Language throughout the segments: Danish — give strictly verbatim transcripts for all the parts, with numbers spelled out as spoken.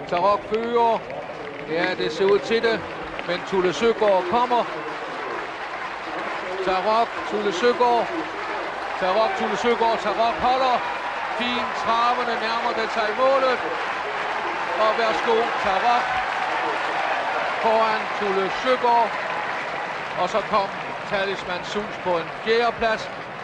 Tarok fører. Ja, det ser ud til det. Men Tulle Søgaard kommer. Tarok, Tulle Søgaard. Tarok, Tulle Søgaard. Tarok holder. Fint traverne nærmer det sig i målet. Og værsgo, Tarok foran Tulle Søgaard. Og så kom Talisman Sus på en fjerdeplads.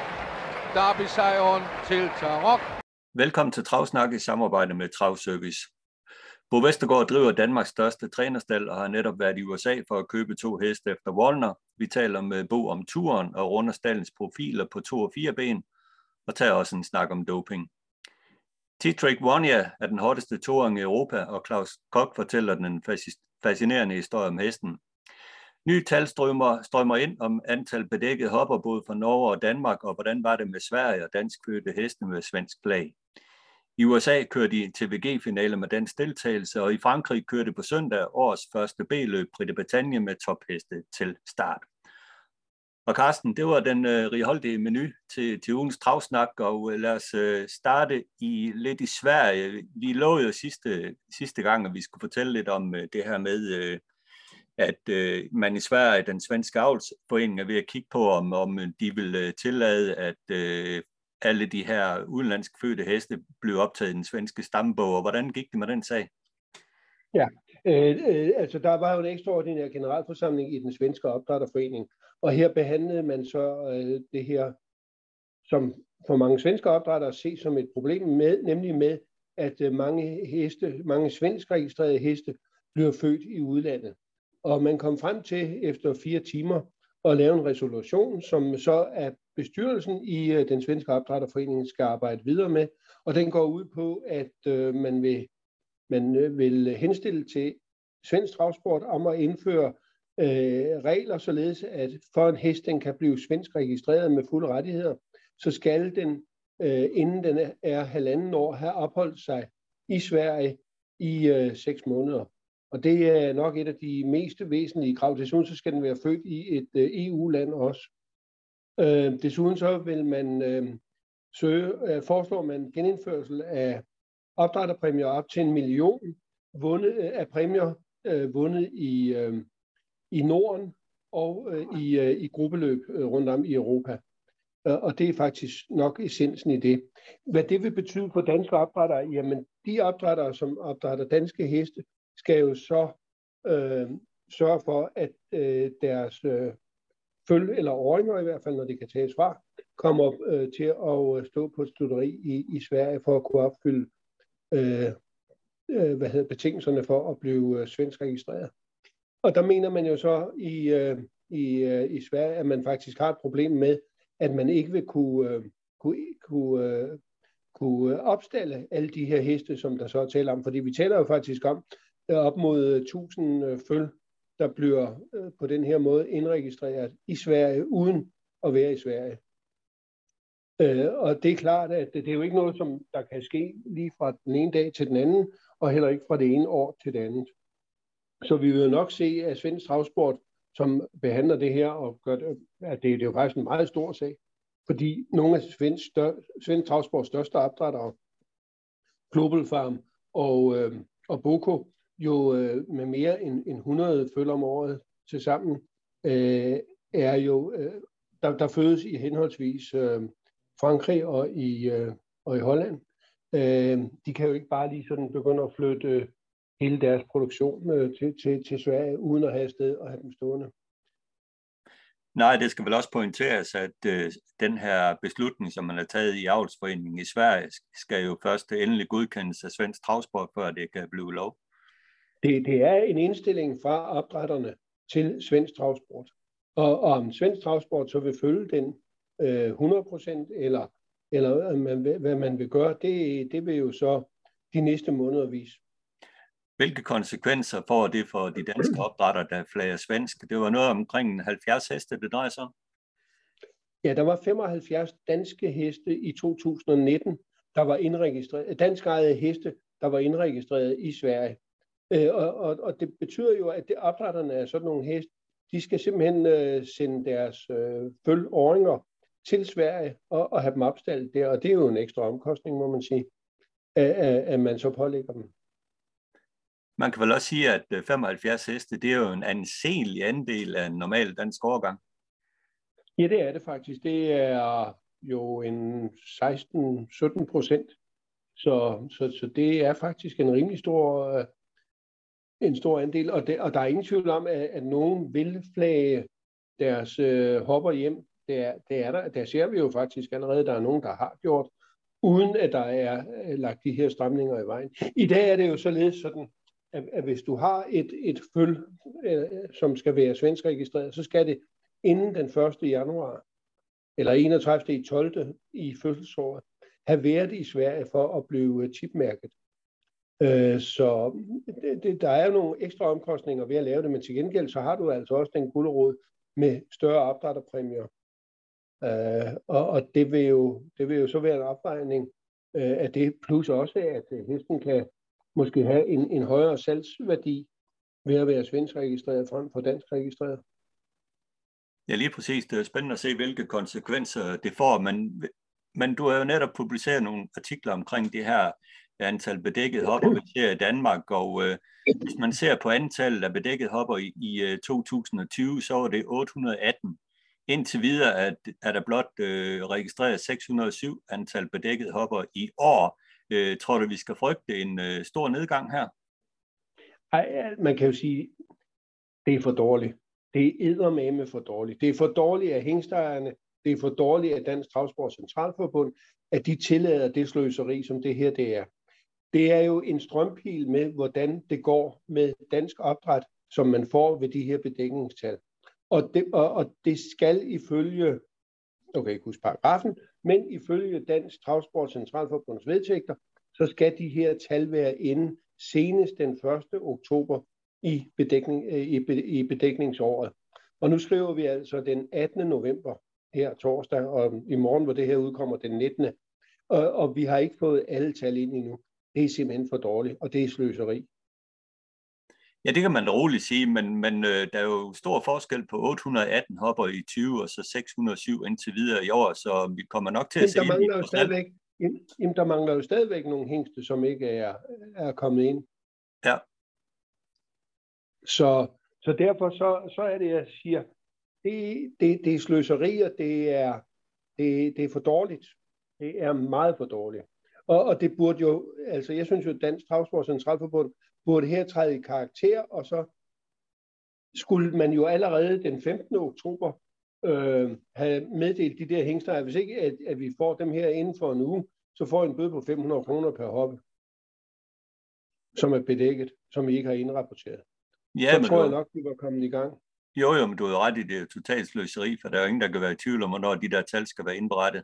Derby-sejren til Tarok. Velkommen til Travsnak i samarbejde med Travservice. Bo Vestergaard driver Danmarks største trænerstald og har netop været i U S A for at købe to heste efter Wallner. Vi taler med Bo om turen og runder stallens profiler på to og fire ben og tager også en snak om doping. T-Trick Wanya er den hotteste toåring i Europa, og Claus Koch fortæller den fascinerende historie om hesten. Nye tal strømmer, strømmer ind om antal bedækkede hopper både fra Norge og Danmark, og hvordan var det med Sverige og danskfødte heste med svensk flag. I U S A kørte de til V G-finale med dansk deltagelse, og i Frankrig kørte på søndag årets første B-løb Prix de Bretagne med topheste til start. Og Carsten, det var den øh, righoldige menu til, til ugens travsnak, og øh, lad os øh, starte i lidt i Sverige. Vi lovede jo sidste, sidste gang, at vi skulle fortælle lidt om øh, det her med, øh, at øh, man i Sverige, den svenske avlsforening, er ved at kigge på, om, om de vil øh, tillade, at øh, alle de her udenlandsk fødte heste blev optaget i den svenske stambog, og hvordan gik det med den sag? Ja, øh, øh, altså der var jo en ekstraordinær generalforsamling i den svenske opdrætterforening, og her behandlede man så øh, det her, som for mange svenske opdrættere ses som et problem med, nemlig med, at øh, mange heste, mange svensk registrerede heste bliver født i udlandet. Og man kom frem til efter fire timer at lave en resolution, som så er bestyrelsen i øh, den svenske opdrætterforening skal arbejde videre med, og den går ud på, at øh, man vil Man vil henstille til svensk travsport om at indføre øh, regler, således at for en hest, den kan blive svensk registreret med fulde rettigheder, så skal den, øh, inden den er halvanden år, have opholdt sig i Sverige i øh, seks måneder. Og det er nok et af de mest væsentlige krav. Desuden så skal den være født i et øh, E U-land også. Øh, desuden så vil man øh, søge, øh, foreslår man genindførsel af opdrætterpræmier op til en million vundet, af præmier øh, vundet i, øh, i Norden og øh, i, øh, i gruppeløb øh, rundt om i Europa. Øh, og det er faktisk nok essensen i det. Hvad det vil betyde for danske opdrættere? Jamen, de opdrættere, som opdrætter danske heste, skal jo så øh, sørge for, at øh, deres øh, føl eller åringer, i hvert fald når det kan tages fra, kommer øh, til at stå på et studeri i, i Sverige for at kunne opfylde Øh, øh, hvad hedder betingelserne for at blive øh, svensk registreret. Og der mener man jo så i, øh, i, øh, i Sverige, at man faktisk har et problem med, at man ikke vil kunne, øh, kunne, kunne, øh, kunne opstalle alle de her heste, som der så er tale om. Fordi vi taler jo faktisk om øh, op mod tusind øh, føl, der bliver øh, på den her måde indregistreret i Sverige, uden at være i Sverige. Øh, og det er klart, at det er jo ikke noget, som der kan ske lige fra den ene dag til den anden, og heller ikke fra det ene år til det andet. Så vi vil jo nok se, at svensk travsport, som behandler det her, og gør det, at det, det er jo faktisk en meget stor sag, fordi nogle af svensk, stør, svensk travsports største opdrættere, Global Farm og, øh, og Boko, jo øh, med mere end, end hundrede føl om året til sammen, øh, er jo, øh, der, der fødes i henholdsvis øh, Frankrig og i, øh, og i Holland. Øh, de kan jo ikke bare lige sådan begynde at flytte øh, hele deres produktion øh, til, til, til Sverige, uden at have et sted og have dem stående. Nej, det skal vel også pointeres, at øh, den her beslutning, som man har taget i avlsforeningen i Sverige, skal jo først endelig godkendes af svensk travsport, før det kan blive lov. Det, det er en indstilling fra opdrætterne til svensk travsport. Og, og om svensk travsport så vil følge den øh, hundrede procent, eller, eller man, hvad man vil gøre, det, det vil jo så de næste måneder vise. Hvilke konsekvenser får det for de danske opdrættere, der flager svensk? Det var noget omkring halvfjerds heste, det drejer sig om. Ja, der var femoghalvfjerds danske heste i to tusind nitten, der var indregistreret, danskejede heste, der var indregistreret i Sverige. Øh, og, og, og det betyder jo, at det opdrætterne af sådan nogle heste, de skal simpelthen øh, sende deres øh, følåringer til Sverige og, og have dem opstallet der. Og det er jo en ekstra omkostning, må man sige, at, at man så pålægger dem. Man kan vel også sige, at femoghalvfjerds heste, det er jo en anselig andel af en normal dansk årgang. Ja, det er det faktisk. Det er jo en seksten til sytten procent. Så, så, så det er faktisk en rimelig stor, en stor andel. Og, det, og der er ingen tvivl om, at, at nogen vil flage deres øh, hopper hjem. Det er, det er der, der ser vi jo faktisk allerede, der er nogen, der har gjort, uden at der er lagt de her stramninger i vejen. I dag er det jo således sådan, at, at hvis du har et, et føl, øh, som skal være svensk registreret, så skal det inden den første januar, eller enogtredivte tolvte i fødselsåret, have været i Sverige for at blive chipmærket. Øh, så det, det, der er jo nogle ekstra omkostninger ved at lave det, men til gengæld så har du altså også den gulerod med større opdrætterpræmier. Øh, og og det, vil jo, det vil jo så være en opvejning øh, af det, plus også, at hesten kan måske have en, en højere salgsværdi ved at være svensk registreret frem for dansk registreret. Ja, lige præcis. Det er spændende at se, hvilke konsekvenser det får, men, men du har jo netop publiceret nogle artikler omkring det her antal bedækkede hopper, vi ser i Danmark, og øh, hvis man ser på antallet af bedækkede hopper i, i to tusind og tyve, så var det otte hundrede og atten. Indtil videre er, er der blot øh, registreret seks hundrede og syv antal bedækkede hopper i år. Øh, tror du, vi skal frygte en øh, stor nedgang her? Ej, man kan jo sige, det er for dårligt. Det er eddermame for dårligt. Det er for dårligt af hængstejerne, det er for dårligt af Dansk Travsport Centralforbund, at de tillader det sløseri, som det her det er. Det er jo en strømpil med, hvordan det går med dansk opdræt, som man får ved de her bedækningstal. Og det, og, og det skal ifølge, okay, ikke huske paragrafen, men ifølge Dansk Travsport Centralforbunds vedtægter, så skal de her tal være inde senest den første oktober i, bedækning, i, i bedækningsåret. Og nu skriver vi altså den attende november her torsdag, og i morgen, hvor det her udkommer, den nittende Og, og vi har ikke fået alle tal ind endnu. Det er simpelthen for dårligt, og det er sløseri. Ja, det kan man da roligt sige, men, men øh, der er jo stor forskel på otte hundrede og atten hopper i tyve, og så seks hundrede og syv indtil videre i år, så vi kommer nok til at se... Der mangler, jo stadigvæk, jamen, der mangler jo stadigvæk nogle hængste, som ikke er, er kommet ind. Ja. Så, så derfor så, så er det, jeg siger, det, det, det er sløseri, og det er, det, det er for dårligt. Det er meget for dårligt. Og, og det burde jo, altså jeg synes jo, at Dansk Travsport Centralforbund burde her træde i karakter, og så skulle man jo allerede den femtende oktober øh, have meddelt de der hængster, hvis ikke at, at vi får dem her inden for en uge, så får I en bøde på fem hundrede kroner per hoppe, som er bedækket, som I ikke har indrapporteret. Ja, så tror du... jeg nok, vi var kommet i gang. Jo, jo, men du har ret i, det er totalt sløseri, for der er jo ingen, der kan være i tvivl om, hvornår de der tal skal være indberettet.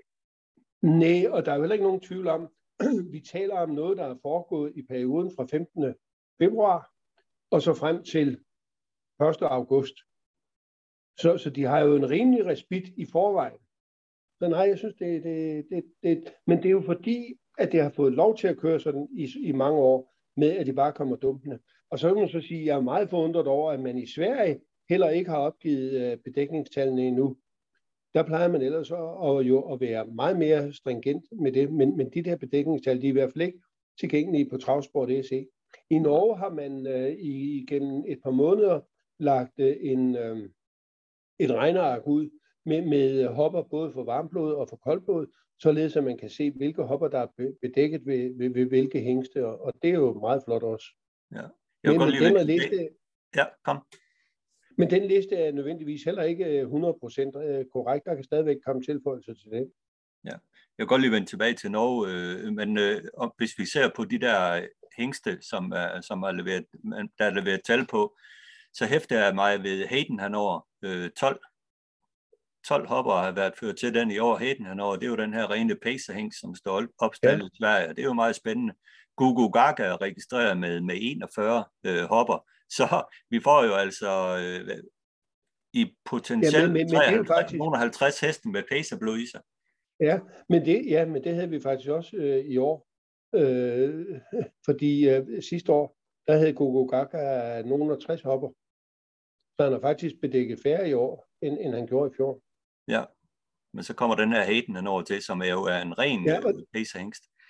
Nej, og der er jo heller ikke nogen tvivl om, vi taler om noget, der er foregået i perioden fra femtende februar og så frem til første august. Så, så de har jo en rimelig respit i forvejen. Så nej, jeg synes, det, det, det, det men det er jo fordi, at det har fået lov til at køre sådan i, i mange år, med at de bare kommer dumpende. Og så vil man så sige, at jeg er meget forundret over, at man i Sverige heller ikke har opgivet bedækningstallene endnu. Der plejer man ellers at, jo at være meget mere stringent med det, men, men de der bedækningstal, de er i hvert fald ikke tilgængelige på Travsport punktum se. I Norge har man øh, igennem et par måneder lagt øh, en, øh, et regneark ud med, med hopper både for varmblod og for koldblod, således at man kan se, hvilke hopper, der er bedækket ved, ved, ved hvilke hængste, og, og det er jo meget flot også. Ja. Jeg men, men den liste, ja, kom. Men den liste er nødvendigvis heller ikke hundrede procent korrekt. Der kan stadigvæk komme tilføjelser til det. Ja, jeg kan godt lige vende tilbage til Norge, men øh, hvis vi ser på de der hængste, som er, som er leveret, der er leveret tal på, så hæfter jeg mig ved Hayden Hanover øh, tolv. tolv hopper har været ført til den i år. Hayden Hanover, det er jo den her rene pacerhængst, som står opstillet ja. i Sverige. Det er jo meget spændende. Gugu Gaga er registreret med, med enogfyrre øh, hopper. Så vi får jo altså øh, i potentielt ja, nogle halvtreds heste med pacerblod i sig. Ja, men det, ja, men det havde vi faktisk også øh, i år. Øh, fordi øh, sidste år, der havde Gugu Gaga nogle og tres hopper. Så han har faktisk bedækket færre i år, end, end han gjorde i fjor. Ja, men så kommer den her Hayden over til, som er jo er en ren ja, og... pacerhængst.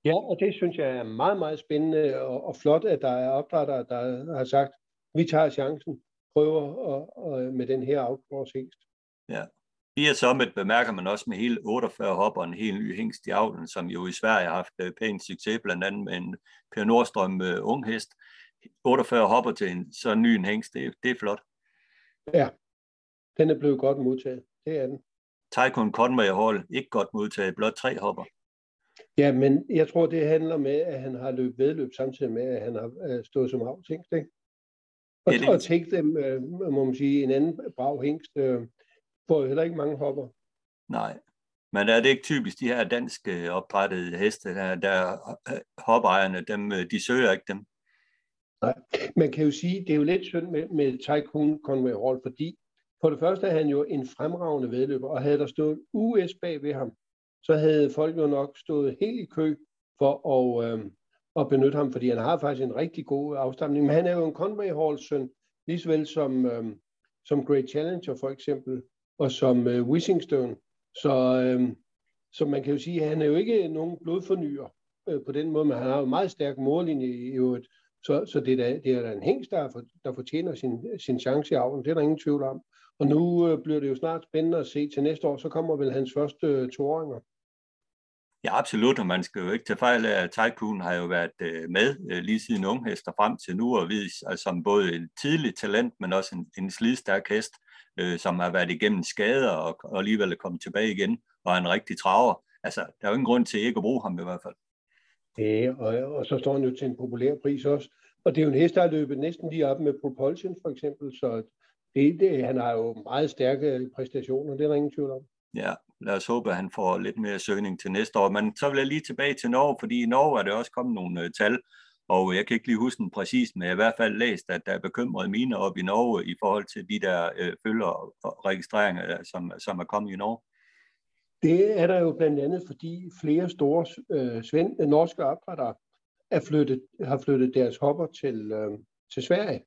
Ja, og det synes jeg er meget, meget spændende og, og flot, at der er opdrættere, der har sagt, vi tager chancen, prøver og, og med den her outdoors-hingst. Ja. I Summit bemærker man også med hele otteogfyrre hopper en helt ny hingst i avlen, som jo i Sverige har haft pæn succes, blandt andet med en Per Nordstrøm uh, ung hest. otteogfyrre hopper til en så ny en hingst, det, det er flot. Ja, den er blevet godt modtaget, det er den. Tycoon Conway Hall, ikke godt modtaget, blot tre hopper. Ja, men jeg tror, det handler med, at han har løbet vedløb samtidig med, at han har stået som aftingst, ikke? Og, ja, det... og tænkt dem, øh, må man sige, en anden brav hingst, øh, får jo heller ikke mange hopper. Nej, men er det ikke typisk de her danske opdrættede heste, der, der hopperejerne, dem, de søger ikke dem? Nej, man kan jo sige, det er jo lidt synd med, med Tycoon Conway Hall, fordi for det første er han jo en fremragende vedløber, og havde der stået U S bag ved ham, så havde folk jo nok stået helt i kø for at, øh, at benytte ham, fordi han har faktisk en rigtig god afstamning. Men han er jo en Conway Halls søn, lige så vel som, øh, som Great Challenger for eksempel, og som øh, Wishingstone. Så, øh, så man kan jo sige, at han er jo ikke nogen blodfornyer øh, på den måde, men han har jo meget stærk morlinje i øvrigt. Så, så det, er da, det er da en hingst, der, for, der fortjener sin, sin chance i avlen. Det er der ingen tvivl om. Og nu øh, bliver det jo snart spændende at se til næste år, så kommer vel hans første øh, toåringer. Ja, absolut, og man skal jo ikke tage fejl af, at Tycoon har jo været øh, med øh, lige siden unghester frem til nu, og vis altså, som både et tidligt talent, men også en, en slidstærk hest, øh, som har været igennem skader og, og alligevel er kommet tilbage igen, og er en rigtig traver. Altså, der er jo ingen grund til ikke at bruge ham i hvert fald. Ja, og, og så står han jo til en populær pris også. Og det er jo en hest, der har løbet næsten lige op med Propulsion for eksempel, så det, det, han har jo meget stærke præstationer, det er der ingen tvivl om. Ja, lad os håbe, at han får lidt mere søgning til næste år. Men så vil jeg lige tilbage til Norge, fordi i Norge er det også kommet nogle uh, tal, og jeg kan ikke lige huske den præcis, men jeg har i hvert fald læst, at der er bekymrede miner op i Norge i forhold til de der uh, følger og registreringer, som, som er kommet i Norge. Det er der jo blandt andet, fordi flere store øh, svend, norske opdrættere er flyttet, har flyttet deres hopper til, øh, til Sverige.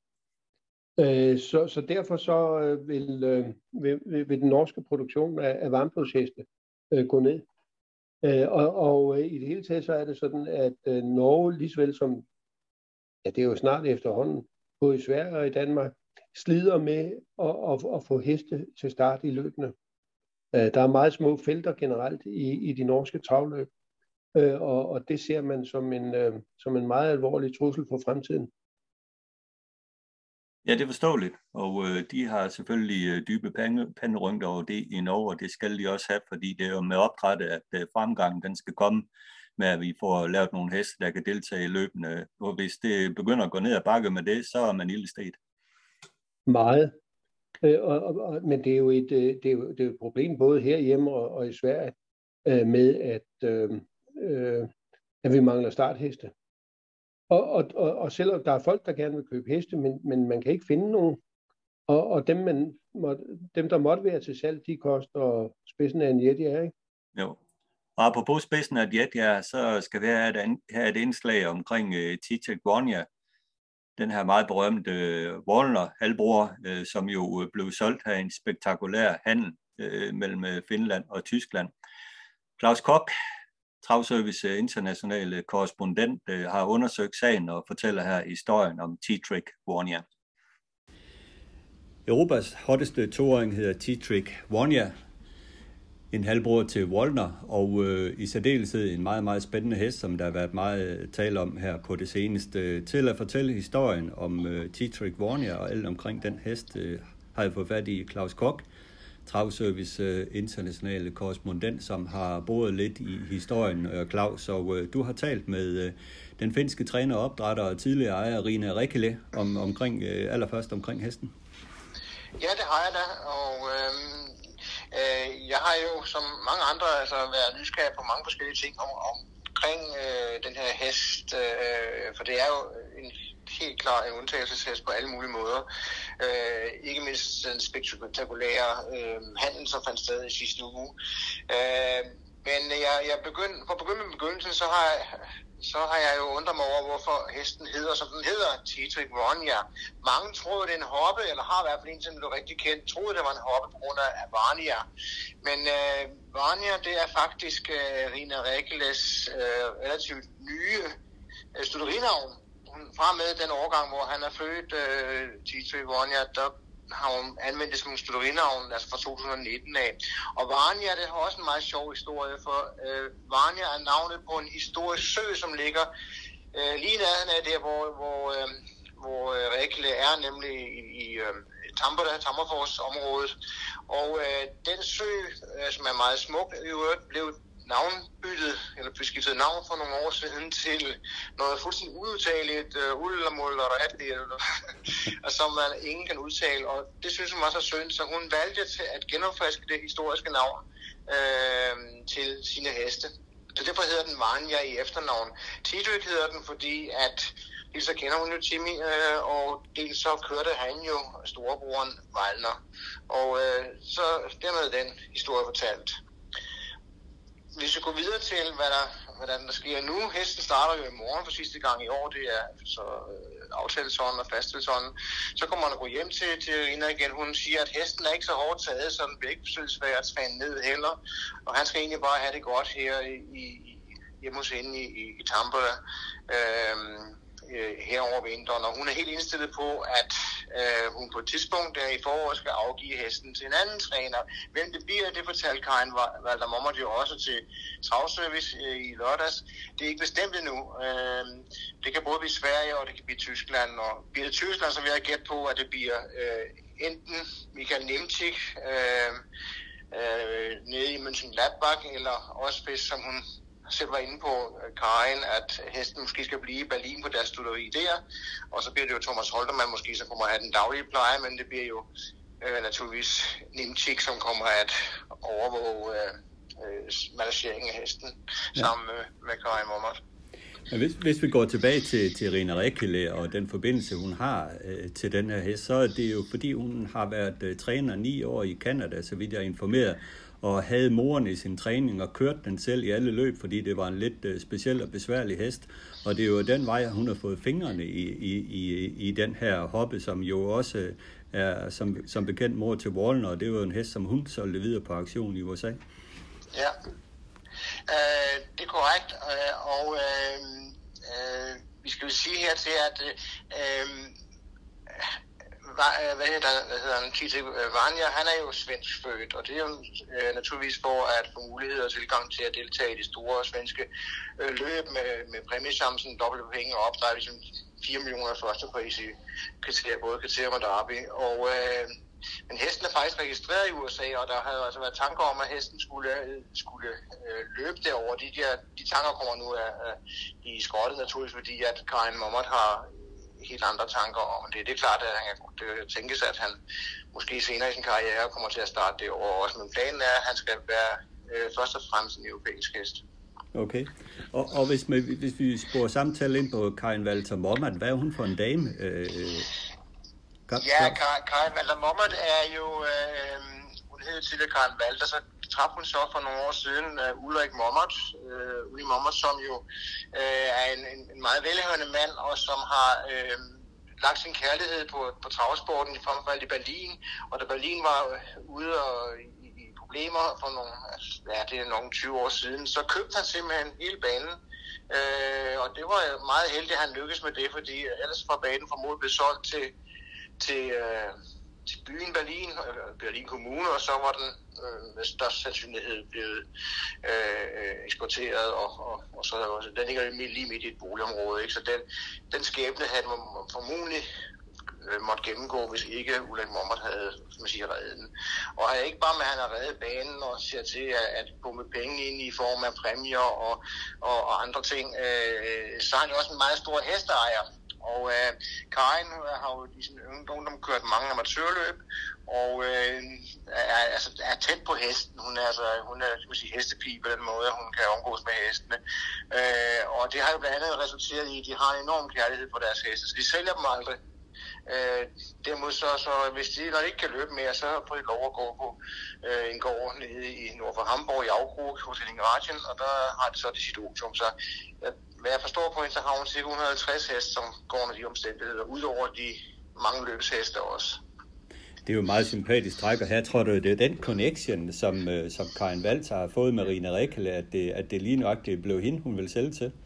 Øh, så, så derfor så øh, vil, øh, vil, vil den norske produktion af, af varmblodsheste øh, gå ned. Øh, og og øh, i det hele taget så er det sådan, at øh, Norge, lige så vel som, ja det er jo snart efterhånden, både i Sverige og i Danmark, slider med at, at, at få heste til start i løbene. Øh, der er meget små felter generelt i, i de norske travløb, øh, og, og det ser man som en, øh, som en meget alvorlig trussel for fremtiden. Ja, det er forståeligt, og øh, de har selvfølgelig øh, dybe panderynker over det i Norge, og det skal de også have, fordi det er jo med opdrættet, at øh, fremgangen den skal komme med, at vi får lavet nogle heste, der kan deltage i løbende. Og hvis det begynder at gå ned ad bakke med det, så er man ildestet. Meget. Øh, og, og, men det er, jo et, det, er jo, det er jo et problem både herhjemme og, og i Sverige øh, med, at, øh, øh, at vi mangler startheste. Og, og, og, og selvom der er folk, der gerne vil købe heste, men, men man kan ikke finde nogen. Og, og dem, man må, dem, der måtte være til salg, de koster spidsen af en jetjager, ikke? Jo. Og apropos spidsen af et jetjager, så skal vi have et, have et indslag omkring uh, T-Tech Warnia. Den her meget berømte uh, Wallner halvbror, uh, som jo uh, blev solgt her i en spektakulær handel uh, mellem Finland og Tyskland. Klaus Koch, Travservice internationale korrespondent, uh, har undersøgt sagen og fortæller her historien om T-Tech Warnia. Europas hotteste toåring hedder T-Tech Warnia, en halvbror til Wallner, og øh, i særdeleshed en meget, meget spændende hest, som der har været meget tale om her på det seneste. Til at fortælle historien om øh, T-Tech Warnia og alt omkring den hest, øh, har jeg fået fat i Klaus Koch, Travservice øh, internationale korrespondent, som har boet lidt i historien, øh, Klaus, og øh, du har talt med øh, den finske træner og opdrætter og tidligere ejer Rina Räikälä om, omkring, øh, allerførst omkring hesten. Ja, det har jeg da, og øhm, øh, jeg har jo som mange andre altså, været nysgerrig på mange forskellige ting om, omkring øh, den her hest, øh, for det er jo en helt klar en undtagelseshest på alle mulige måder. Øh, ikke mindst den spektakulære øh, handel, som fandt sted i sidste uge. Øh, Men jeg, jeg begynd, for at begynde med begyndelsen, så har, jeg, så har jeg jo undret mig over, hvorfor hesten hedder, som den hedder, Tetrick Vanya. Mange troede, det er en hoppe, eller har i hvert fald en, som blev rigtig kendt, troede, det var en hoppe på grund af Vanya. Men øh, Vanya, det er faktisk øh, Rina Räikeles øh, relativt nye øh, studerinavn. Fra med den årgang, hvor han er født, øh, Tetrick Vanya, der har hun anvendt det som en studerinavn, altså fra to tusind og nitten af. Og Vanya, det har også en meget sjov historie, for øh, Vanya er navnet på en historisk sø, som ligger øh, lige nærheden af der, hvor, hvor, øh, hvor øh, Räikele er, nemlig i, i øh, Tammerfors-området. Og øh, den sø, øh, som er meget smuk, i øvrigt blev navnbyttet, eller blev skiftet navn for nogle år siden til noget fuldstændig uudtaleligt, uh, ullermul og rigtigt, og som man ingen kan udtale, og det synes hun var så synd, så hun valgte til at genopfriske det historiske navn øh, til sine heste. Så derfor hedder den Vanya i efternavn. Tetrick hedder den, fordi at dels så kender hun jo Timmy, øh, og dels så kørte han jo storebroren Valdner, og øh, så dermed den historie fortalt. Hvis vi går videre til, hvad der, hvad der sker nu, hesten starter jo i morgen for sidste gang i år, det er så øh, aftalesånden og faststilsånden, så kommer man at gå hjem til, til Rina igen. Hun siger, at hesten er ikke så hårdt taget, så den bliver ikke så svært at træne ned heller, og han skal egentlig bare have det godt her i, i, hjemme hos hende i, i, i Tampere øh, her over vinteren, og hun er helt indstillet på, at øh, hun på et tidspunkt der i foråret skal afgive hesten til en anden træner. Hvem det bliver, det fortalte Karin Valdner Mommert jo også til Travservice øh, i lørdags. Det er ikke bestemt endnu. Øh, det kan både blive Sverige, og det kan blive Tyskland. Og bliver det Tyskland, så vil jeg gætte på, at det bliver øh, enten Michael Nemtik øh, øh, nede i Mönchengladbach, eller også hvis, som hun selv var inde på, Karin, at hesten måske skal blive i Berlin på deres studeri der, og så bliver det jo Thomas Holtermann måske, som kommer at have den daglige pleje, men det bliver jo øh, naturligvis Nimchik, som kommer at overvåge øh, øh, manageringen af hesten, ja, sammen med, med Karin Mommert. Hvis, hvis vi går tilbage til, til Rina Räikele og den forbindelse, hun har øh, til den her hest, så er det jo fordi, hun har været øh, træner ni år i Canada, så vidt jeg er informeret, og havde moren i sin træning og kørte den selv i alle løb, fordi det var en lidt uh, speciel og besværlig hest. Og det er jo den vej, hun har fået fingrene i, i, i, i den her hoppe, som jo også er som, som bekendt mor til Wallner, og det var jo en hest, som hun solgte videre på auktion i U S A. Ja, øh, det er korrekt, øh, og øh, øh, vi skal jo sige her til, at øh, hvad hedder, hvad hedder han, Tetrick Vanya, han er jo svensk født, og det er jo øh, naturligvis for at få mulighed og tilgang til at deltage i de store svenske øh, løb med, med præmiechancen, dobbelt penge og op, der er ligesom fire millioner første pris i kriterier, både kriterier og derby. Og, øh, men hesten er faktisk registreret i U S A, og der havde altså været tanker om, at hesten skulle, skulle øh, løbe derover. De, der, de tanker kommer nu af, af de skrottet naturligvis, fordi at Karin Mommert har helt andre tanker om det. Det er klart, at han kan tænkes, at han måske senere i sin karriere kommer til at starte det år også. Men planen er, at han skal være øh, først og fremmest en europæisk hest. Okay. Og, og hvis, man, hvis vi sporer samtalen ind på Karin Valdner Mommert, hvad er hun for en dame? Øh, godt, ja, Karin Valdner Mommert er jo, øh, hun hedder tidligere Karin Valdner, så traf hun så for nogle år siden uh, Ulrik Mommert, uh, Ulrik Mommert, som jo uh, er en, en, en meget velhørende mand, og som har uh, lagt sin kærlighed på, på travsporten, i frem for alt i Berlin. Og da Berlin var uh, ude og, i, i problemer for nogle, ja, det er nogle tyve år siden, så købte han simpelthen hele banen. Uh, og det var meget heldigt, at han lykkedes med det, fordi ellers var banen formodet blevet solgt til, til uh, til byen Berlin, Berlin Kommune, og så var den øh, med størst sandsynlighed blevet øh, eksporteret, og, og, og så også, den ligger lige midt i et boligområde, ikke? Så den, den skæbne havde man formodentlig øh, måtte gennemgå, hvis ikke Ulrik Mommert havde, som man siger, reddet den. Og han ikke bare med, at han har reddet banen og ser til at, at pumpe penge ind i form af præmier og, og, og andre ting, øh, så er han jo også en meget stor hesteejer. Og øh, Karin har jo i sin ungdom kørt mange amatørløb, og øh, er, altså, er tæt på hesten. Hun er, altså, hun er skal man sige, hestepige på den måde, hun kan omgås med hestene. Øh, og det har jo blandt andet resulteret i, at de har en enorm kærlighed for deres heste, så de sælger dem aldrig. Øh, derimod så, så hvis de, når de ikke kan løbe mere, så får de lov at gå på øh, en gård nede i nord for Hamburg i Aukrug, hos Ingeratien, og der har de så det sit otium. Så øh, hvad jeg forstår på hende, så har hun cirka et hundrede og halvtreds heste, som går under de omstændigheder, udover de mange løbsheste også. Det er jo meget sympatisk træk, og her tror du, det er den connection, som, som Karin Walter har fået med Rina Rekele, at det, at det lige nok det blev hende, hun vil sælge til?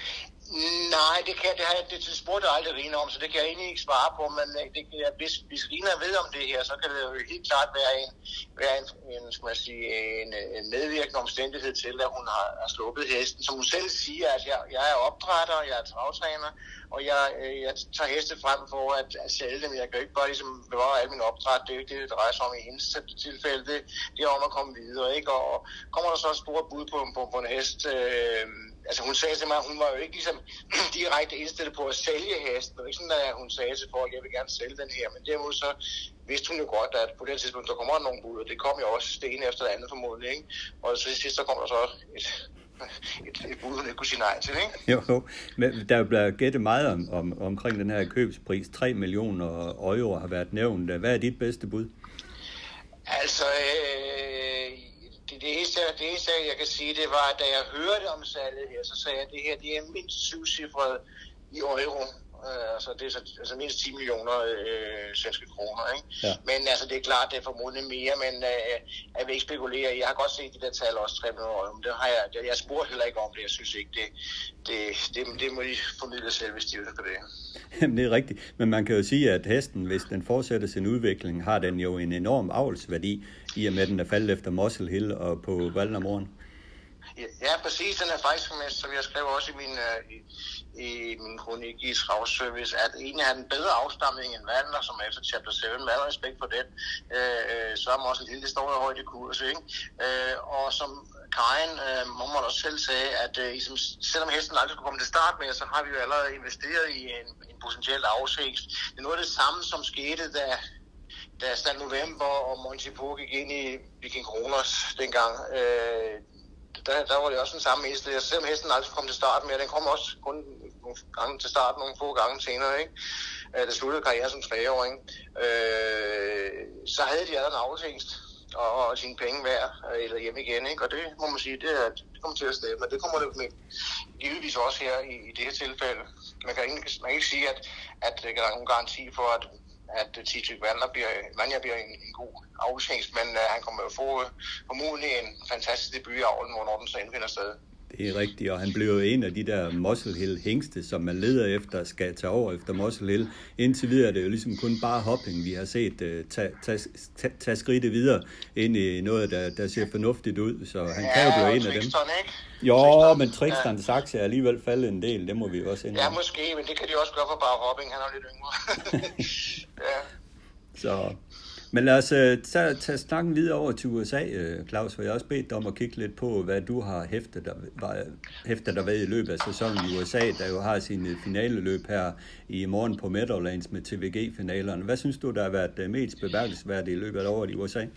Nej, det kan det har jeg, det spurgte jeg aldrig Rina om, så det kan jeg egentlig ikke svare på, men det, hvis, hvis Rina ved om det her, så kan det jo helt klart være en, være en, en, skal man sige, en, en medvirkende omstændighed til, at hun har, har sluppet hesten. Som hun selv siger, at jeg, jeg er opdrætter, jeg er travtræner, og jeg, jeg tager heste frem for at, at sælge dem. Jeg kan jo ikke bare ligesom bevare alle mine opdræt, det er jo ikke det, det drejer sig om i hendes tilfælde. Det, det er om at komme videre, ikke? Og kommer der så et stort bud på, på, på en hest, øh, altså hun sagde til mig, at hun var jo ikke ligesom direkte indstillet på at sælge hesten. Det var ikke sådan, at hun sagde til folk, at jeg vil gerne sælge den her. Men derimod så vidste hun jo godt, at på det tidspunkt, der kommer nogle bud, og det kom jo også sten efter det andet formodentlig, ikke? Og så til sidst, så kom der så et, et, et bud, hun ikke kunne sige nej til, ikke? Jo, jo. Men der bliver gættet meget om, om, omkring den her købspris. tre millioner euro har været nævnt. Hvad er dit bedste bud? Altså, øh, det, det, eneste, det eneste, jeg kan sige, det var, at da jeg hørte om salget her, så sagde jeg, at det her det er mindst syvcifret i euro. Uh, altså det er så, altså mindst ti millioner øh, svenske kroner, ikke? Ja. Men altså det er klart, det er formodentlig mere, men øh, jeg vil ikke spekulere. Jeg har godt set de der tal også, tre millioner euro, men det har jeg, det, jeg spurgte heller ikke om det. Jeg synes ikke, det, det, det, det må de formidle selv, hvis de ønsker det. Jamen det er rigtigt, men man kan jo sige, at hesten, hvis den fortsætter sin udvikling, har den jo en enorm avlsværdi, i og med den er faldet efter Muscle Hill og på Valdemaren. Ja, ja, præcis. Den er faktisk, som jeg skrev også i min, uh, i, i min kronik i Travservice, at egentlig har den bedre afstamning end Vandler, som er efter chapter syv. Med al respekt for den, uh, så er man også en lille står i højde kurs, ikke? Uh, og som Karin uh, må man også selv sige, at uh, ligesom, selvom hesten aldrig skulle komme til start med, så har vi jo allerede investeret i en, en potentiel afsigst. Det er noget af det samme, som skete, da da Stan November og Monty Poe gik ind i Viking Kronos dengang. Uh, Der, der var det også den samme heste. Selvom hesten aldrig kom til start med, den kom også kun nogle gange til start, nogle få gange senere, ikke? Det sluttede karrieren som treåring. Øh, så havde de allerede en afhængst og, og sine penge værd, eller hjem igen, ikke? Og det må man sige, det, det kommer til at stemme. Men det kommer det med givetvis også her i, i det her tilfælde. Man kan ikke, man kan ikke sige, at, at der er nogen garanti for, at at Titik Vandler bliver, Vanja bliver en, en god afhængst, men uh, han kommer at få uh, formodentlig en fantastisk debut i avlen, hvornår den så indfinder sted. Det er rigtigt, og han blev jo en af de der Muscle Hill hængste, som man leder efter, skal tage over efter Muscle Hill. Indtil videre er det jo ligesom kun bare hopping, vi har set uh, tage ta, ta, ta skridtet videre ind i noget, der, der ser fornuftigt ud, så han ja, kan jo blive en af dem. Ikke? Jo, Trixton, men Trixton ja. Saxe er alligevel faldet en del, det må vi jo også indrømme. Ja, måske, men det kan de også gøre for bare hopping, han er lidt yngre. Ja. Så, men lad os uh, tage, tage snakken videre over til U S A, uh, Claus, for jeg har også bedt dig om at kigge lidt på, hvad du har hæftet dig, hæftet dig ved i løbet af sæsonen i U S A, der jo har sin finaleløb her i morgen på Meadowlands med T V G-finalerne. Hvad synes du, der har været mest bemærkelsesværdigt i løbet af året i U S A?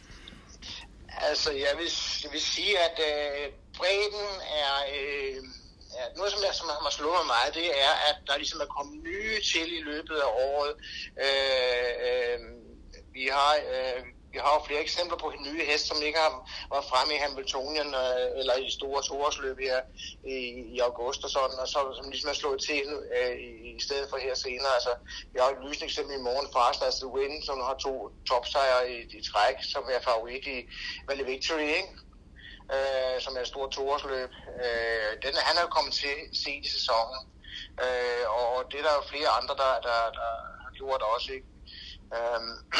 Altså, jeg vil, jeg vil sige, at øh, bredden er... Øh, ja, noget, som, jeg, som har slået mig meget, det er, at der ligesom er kommet nye til i løbet af året. Øh, øh, vi har... Øh, Vi har jo flere eksempler på nye heste, som ikke har været fremme i Hamiltonien øh, eller i store toårsløb her i, i august og sådan, og så som ligesom er slået til øh, i, i stedet for her senere. Altså, vi har et lysende eksempel i morgen, Fast as the Wind, som har to topsejre i, i træk, som er favorit i Valley Victory, ikke? Øh, som er et stort toårsløb. Øh, den, han er jo kommet til sent i sæsonen, øh, og det er der jo flere andre, der, der, der har gjort også, ikke? Øh,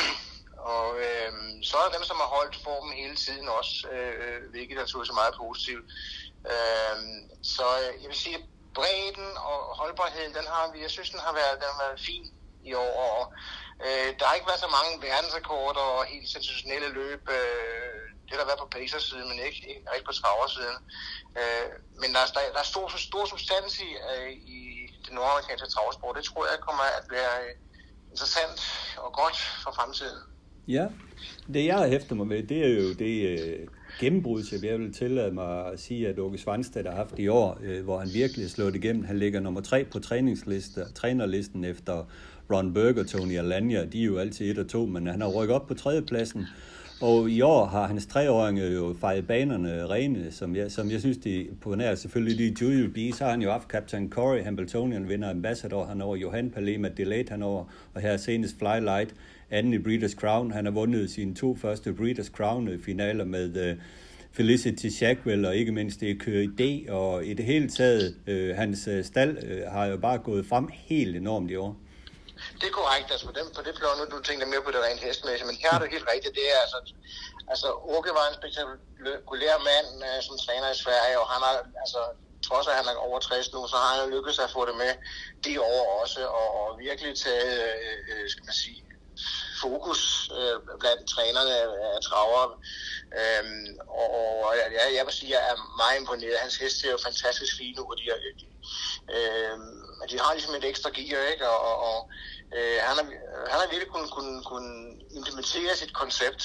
Og øh, så er der dem, som har holdt formen hele tiden også, øh, hvilket er så meget positivt. Øh, så jeg vil sige, bredden og holdbarheden, den har vi, jeg synes, den har været, den har været fin i år. Og, øh, der har ikke været så mange verdensrekorder og helt sensationelle løb. Øh, det har der været på Pacers-siden, men ikke, ikke på Traver-siden. Øh, men der er, der, der er stor, stor substans i, øh, i det nordamerikanske travsport. Det tror jeg kommer at være interessant og godt for fremtiden. Ja, det jeg har hæftet mig med, det er jo det, gennembrud, så jeg vil tillade mig at sige, at Åke Svanstedt har haft i år, øh, hvor han virkelig er slået igennem. Han ligger nummer tre på træningslisten, trænerlisten efter Ron Burger og Tony Alanya. De er jo altid et og to, men han har rykket op på tredjepladsen. Og i år har hans treåringe jo fejret banerne rene, som jeg, som jeg synes, de på nær selvfølgelig de Julius B. Så har han jo haft Captain Corey, Hamiltonian vinder Ambassador, han over Johan Palema, Delayed han over, og her senest Flylight, anden i Breeders' Crown. Han har vundet sine to første Breeders' Crown-finaler med uh, Felicity Shackwell, og ikke mindst det kører i D, og i det hele taget, uh, hans uh, stald uh, har jo bare gået frem helt enormt i år. Det er korrekt, altså på, dem, på det plan, nu du tænker mere på det rent hestmæssigt, men her er du helt rigtigt, det er altså, altså Åke var en spektakulær mand uh, som træner i Sverige, og han har, altså trods at han er over tres nu, så har han lykkedes at få det med de år også, og, og virkelig taget, øh, skal man sige, fokus øh, blandt trænerne af travere. Øhm, og, og ja, jeg vil sige, at jeg er meget imponeret. Hans hest ser jo fantastisk fine ud, og de, de, øh, de har ligesom et ekstra gear, ikke? Og, og, og øh, han, har, han har virkelig kunnet, kunnet, kunnet implementere sit koncept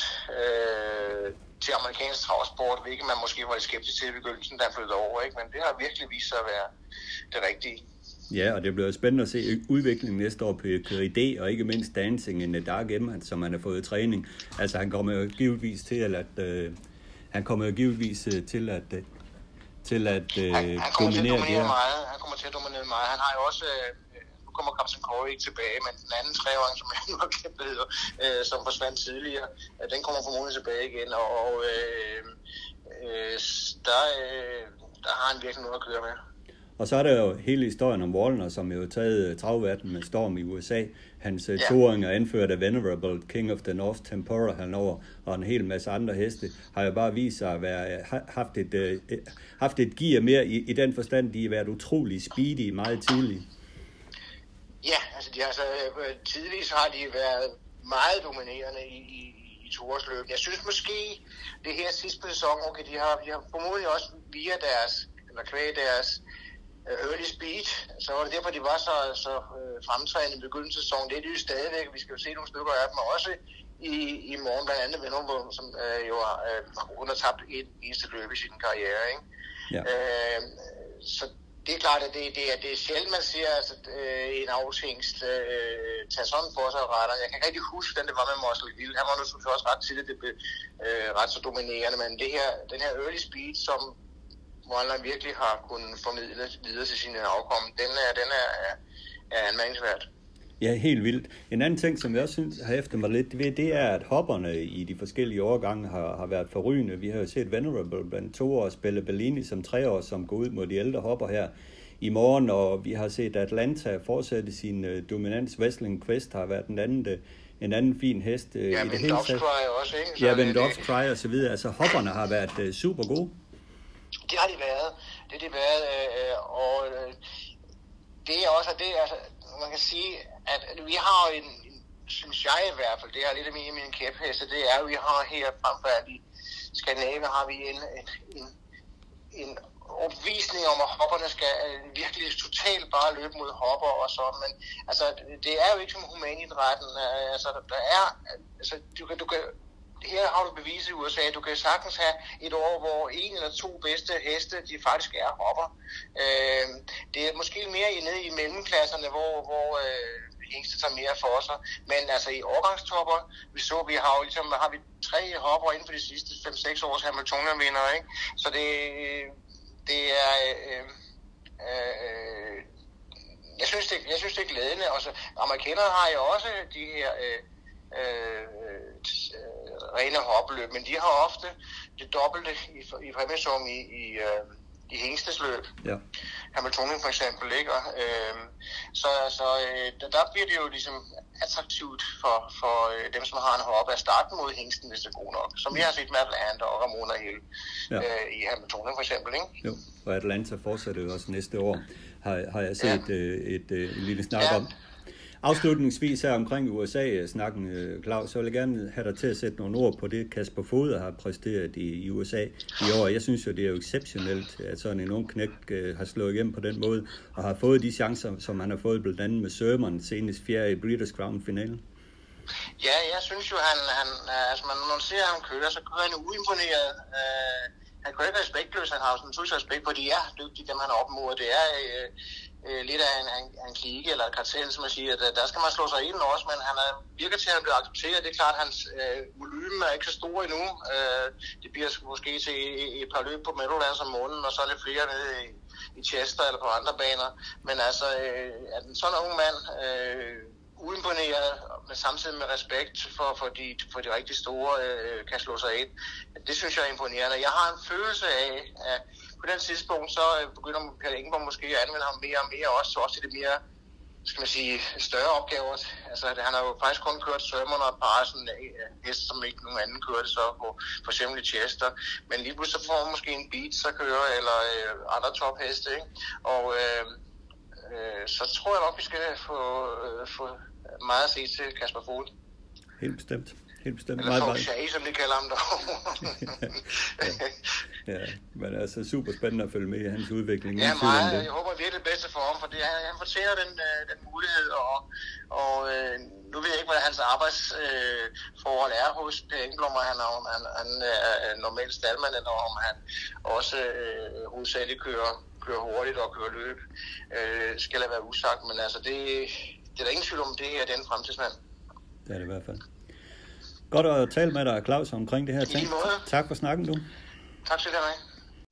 øh, til amerikansk travsport, hvilket man måske var lidt skeptisk til i begyndelsen, da han flyttede over, ikke? Men det har virkelig vist sig at være det rigtige. Ja, og det bliver spændende at se udviklingen næste år på Køri D, og ikke mindst Dancing in the Dark M, som han har fået træning. Altså han kommer jo givetvis til at uh, han kommer jo givetvis til at uh, til at uh, han, han kommer dominere, til at dominere det meget. Han kommer til at dominere meget. Han har jo også uh, nu kommer Captain Corey ikke tilbage, men den anden treåring, som jeg nu har glemt, hedder, uh, som forsvandt tidligere, uh, den kommer formodentlig tilbage igen, og, og uh, uh, der, uh, der har han virkelig noget at køre med. Og så er der jo hele historien om Wallner, som jo har taget travverden med storm i U S A. Hans ja. toåringer anført af Venerable, King of the North, Tempora henover, og en hel masse andre heste, har jo bare vist sig at være, haft, et, øh, haft et gear mere i, i den forstand, de har været utrolig speedy meget tidligt. Ja, altså de har så øh, tidligst har de været meget dominerende i, i, i toårsløb. Jeg synes måske, det her sidste sæson, okay, de har, de har formodentlig også via deres, eller kvæg deres early speed, så var det derfor, de var så, så øh, fremtrædende i begyndelsen af sæsonen. Det er de jo stadigvæk. Vi skal jo se nogle stykker af dem også i, i morgen, blandt andet Venerable, som øh, jo har øh, undertabt et eneste løb i sin karriere. Ikke? Ja. Øh, så det er klart, at det, det, er, det er sjældent, man ser altså, øh, en afhængst øh, tage sådan for sig retter. Jeg kan ikke rigtig huske, hvordan det var med Muscle Hill. Han var nu synes jeg også ret tidligt, det blev øh, ret så dominerende, men det her, den her early speed, som Wallner virkelig har kunnet formidle videre til sine afkomme, den er, den er, er anmærkningsvært. Ja, helt vildt. En anden ting, som jeg også synes har efter mig lidt ved, det er, at hopperne i de forskellige årgange har, har været forrygende. Vi har jo set Venerable blandt to år spille Bellini som tre år, som går ud mod de ældre hopper her i morgen, og vi har set Atlanta fortsætte sin uh, dominans. Wrestling Quest har været en anden, uh, en anden fin hest. Uh, ja, i men Dogs Cry også, ikke? Så ja, men Dogs Cry og så videre. Altså hopperne har været uh, super gode. Det har de været. Det har de været, øh, og øh, det er også, det altså, man kan sige, at vi har en, en synes jeg i hvert fald, det er lidt af mine, mine kæpheste, det er, at vi har her fremfor alt i Skandinavien, har vi en, en, en opvisning om, at hopperne skal virkelig totalt bare løbe mod hopper og sådan, men altså, det er jo ikke som humanidrætten, altså, der er, altså, du kan, du kan her har du beviset i U S A, du kan sagtens have et år, hvor en eller to bedste heste, de faktisk er hopper. Øh, det er måske mere nede i mellemklasserne, hvor, hvor øh, hængste tager mere for sig. Men altså i årgangstopper, vi så, vi har jo ligesom, har vi tre hopper inden for de sidste fem seks års Hamiltonian-vinder, ikke? Så det, det er... Øh, øh, jeg synes, det, jeg synes, det er glædende. Altså, amerikanere har jo også de her... Øh, Øh, øh, rene hoppeløb, men de har ofte det dobbelte i, i præmiesum i, i, øh, i hængstesløb. Ja. Hamiltonian for eksempel, ikke? Og, øh, så så øh, der, der bliver det jo ligesom attraktivt for, for øh, dem, som har en hoppe at starte mod hængsten, hvis det er god nok. Som vi har set med Atlanta og Ramona Hill ja. øh, i Hamiltonian for eksempel, ikke? Jo, og Atlanta fortsætter jo også næste år, har, har jeg set ja. øh, et, et, et lille snak ja. om. Afslutningsvis her omkring U S A-snakken, Claus, så vil jeg gerne have dig til at sætte nogle ord på det, Kasper Foder har præsteret i, i U S A i år. Jeg synes jo, det er jo exceptionelt, at sådan en ung knæk uh, har slået igennem på den måde, og har fået de chancer, som han har fået blandt andet med Sermon, senest fjerde i Breeders' Crown-finalen. Ja, jeg synes jo, han, han altså, når man ser ham køre, så kører han uimponeret. Øh, han kører ikke respektløs, han har jo sådan en respekt på, de er dygtige, dem han er op mod. Det er øh, øh, lidt af en, en, en klike eller et kartel, som man siger, at der skal man slå sig ind også, men han er, virker til, at han bliver accepteret. Det er klart, at hans øh, volumen er ikke så stor endnu. Øh, det bliver måske til et par løb på Meadowlands om måneden, og så lidt flere nede i, i Chester eller på andre baner. Men altså, øh, at en sådan ung mand... Øh, uimponeret, men samtidig med respekt for, for, de, for de rigtig store øh, kan slå sig ind. Det synes jeg er imponerende. Jeg har en følelse af, at på den tidspunkt, så begynder Per Ingeborg måske at anvende ham mere og mere, også, også til det mere, skal man sige, større opgaver. Altså, han har jo faktisk kun kørt Sermon og et par sådan heste, som ikke nogen anden kørte så på, for eksempel i Chester. Men lige pludselig så får man måske en Beats at køre, eller øh, andre topheste, ikke? Og øh, øh, så tror jeg nok, vi skal få, øh, få meget at se til Kasper Foged. Helt bestemt. Helt bestemt. Eller Foged Shea, som de kalder ham derovre. ja. ja, men altså super spændende at følge med i hans udvikling. Ja, meget. Jeg håber virkelig det bedste for ham, for det, han, han fortæller den, den mulighed, og, og øh, nu ved jeg ikke, hvad hans arbejdsforhold øh, er hos Per Engblom, og han, han, han, han er normalt staldmand, eller om han også øh, hovedsageligt kører, kører hurtigt og kører løb. Øh, skal det være usagt, men altså det... Det er der ingen tvivl om, det her er den fremtidsmand. Det er det i hvert fald. Godt at tale med dig, Claus, omkring det her ting. Tak for snakken, du. Tak skal du have.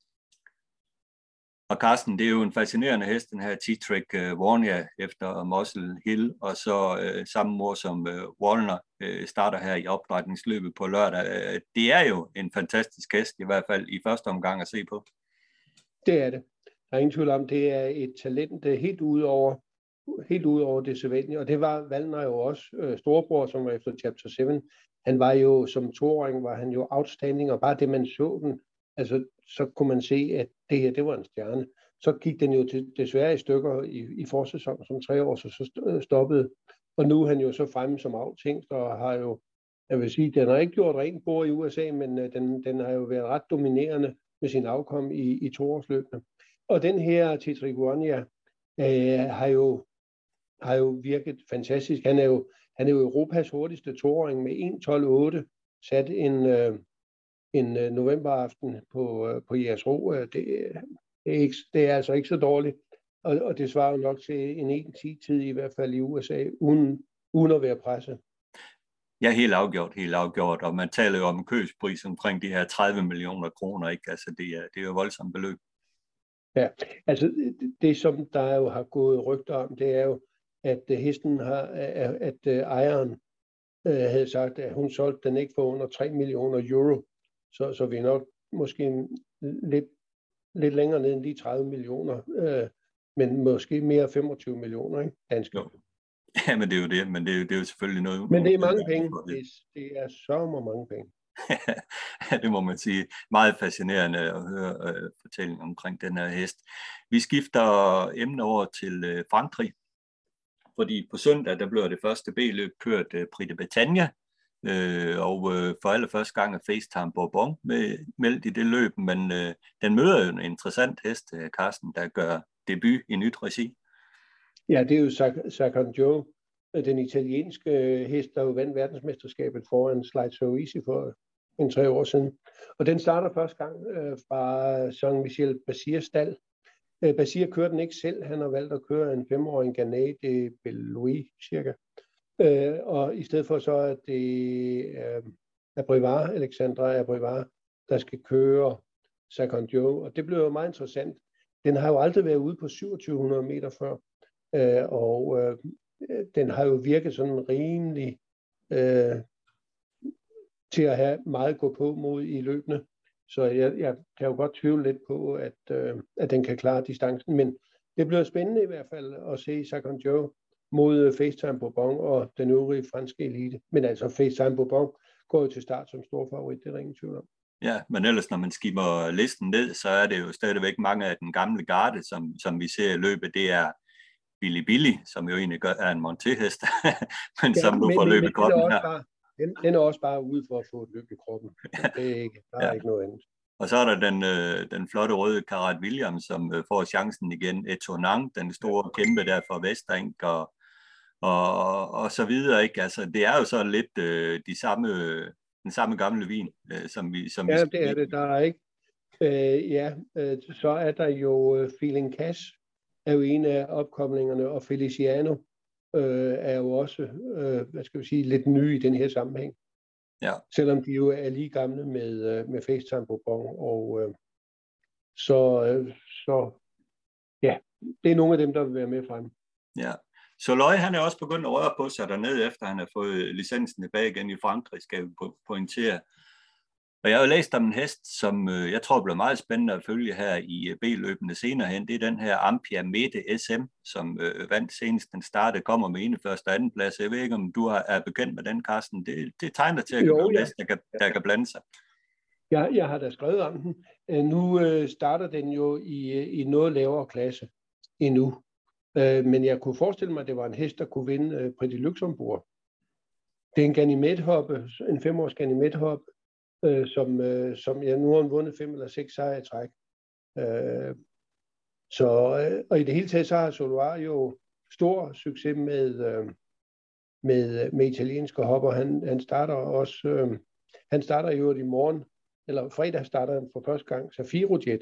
Og Carsten, det er jo en fascinerende hest, den her T-Trek uh, Warnia efter Muscle Hill, og så uh, samme mor som uh, Wallner uh, starter her i opdrætningsløbet på lørdag. Uh, det er jo en fantastisk hest, i hvert fald i første omgang at se på. Det er det. Der er ingen tvivl om, det er et talent helt ude over helt ud over det sædvanlige, og det var Valdner jo også, øh, storebror, som var efter Chapter syv. Han var jo, som toåring, var han jo outstanding, og bare det, man så den, altså, så kunne man se, at det her, det var en stjerne. Så gik den jo til, desværre i stykker i, i forsæsonen som tre år, så, så stoppede, og nu er han jo så fremme som aftænkt, og har jo, jeg vil sige, den har ikke gjort rent bord i U S A, men øh, den, den har jo været ret dominerende med sin afkom i, i toårsløbene. Og den her T-Trek Warnia øh, har jo har jo virket fantastisk. Han er jo, han er jo Europas hurtigste toåring med en tolv otte, sat en, øh, en øh, novemberaften på, øh, på Jersro. Det, det, er ikke, det er altså ikke så dårligt, og, og det svarer jo nok til en en ti tid i hvert fald i U S A, uden, uden at være presset. Ja, helt afgjort, helt afgjort, og man taler jo om en købspris omkring de her tredive millioner kroner, ikke? Altså det er, det er jo voldsomt beløb. Ja, altså det, det som der jo har gået rygter om, det er jo, at hesten har, at, at ejeren øh, havde sagt, at hun solgte den ikke for under tre millioner euro. Så, så vi er nok måske lidt, lidt længere ned end de tredive millioner, øh, men måske mere femogtyve millioner, ikke? Danske. Jo. Ja, men det er jo det, men det er jo, det er jo selvfølgelig noget... Men det er mange penge. Det, det er så mange penge. Det må man sige. Meget fascinerende at høre øh, fortællingen omkring den her hest. Vi skifter emne over til øh, Frankrig. Fordi på søndag, der blev det første B-løb kørt uh, Prix de Bretagne, øh, og uh, for allerførste gang er FaceTime Bourbon med, meldt i det løb, men uh, den møder jo en interessant hest, uh, Carsten, der gør debut i nyt regi. Ja, det er jo Saccon-Joe, den italienske hest, der jo vandt verdensmesterskabet foran Slide So Easy for en tre år siden. Og den starter første gang uh, fra Saint-Michel Basirs stald. Basir kører den ikke selv. Han har valgt at køre en femårig Ganay de Bellouis, cirka. Øh, og i stedet for så er det øh, Abrivard, Alexandra Abrivard, der skal køre Saccon-Joe. Og det bliver jo meget interessant. Den har jo aldrig været ude på syvogtyve hundrede meter før. Øh, og øh, den har jo virket sådan rimelig øh, til at have meget gå på mod i løbende. Så jeg, jeg kan jo godt tvivle lidt på, at, øh, at den kan klare distancen. Men det bliver spændende i hvert fald at se Saccon-Joe mod FaceTime Bourbon og den øvrige franske elite. Men altså FaceTime Bourbon går jo til start som stor favorit, det er der ingen tvivl om. Ja, men ellers når man skimmer listen ned, så er det jo stadigvæk mange af den gamle garde, som, som vi ser i løbet. Det er Billy Billy, som jo egentlig gør, er en monté-hest, men ja, som nu får løbet kroppen her. Bare, den, den er også bare ude for at få et løb i kroppen. Det er ikke, der er ja. ikke noget andet. Og så er der den, øh, den flotte røde Karat Williams, som øh, får chancen igen. Etonang, den store kæmpe der fra Vesterink, og, og, og og så videre, ikke? Altså, det er jo så lidt øh, de samme, den samme gamle vin, øh, som vi... Som ja, vi det er det. Der er ikke... Øh, ja, øh, så er der jo øh, Feeling Cash, er jo en af opkoblingerne, og Feliciano øh, er jo også, øh, hvad skal vi sige, lidt nye i den her sammenhæng. Ja. Selvom de jo er lige gamle med, øh, med FaceTime Bourbon, og øh, så, øh, så ja, det er nogle af dem, der vil være med frem. Ja. Soløj, han er også begyndt at røre på sig dernede, efter han har fået licensen tilbage igen i Frankrig, skal vi pointere. Og jeg har jo læst om en hest, som øh, jeg tror bliver meget spændende at følge her i øh, B-løbende senere hen. Det er den her Ampia Mete S M, som øh, vandt senest den starte, kommer med enogførste og anden plads. Jeg ved ikke, om du er bekendt med den, Carsten. Det, det tegner til at jo, være ja. hest, der kan, der kan blande sig. Ja, jeg har da skrevet om den. Nu øh, starter den jo i, i noget lavere klasse endnu. Øh, men jeg kunne forestille mig, at det var en hest, der kunne vinde øh, Prix de Luxembourg. Det er en Ganymed-hoppe, en femårs Ganymed-hoppe, øh, som, øh, som jeg nu har vundet fem eller seks sejre i træk. Øh, så, øh, og i det hele taget, så har Soloir jo stor succes med, øh, med, med italienske hopper. Han, han starter også, øh, han starter jo i morgen, eller fredag starter han for første gang, Safiro Jet,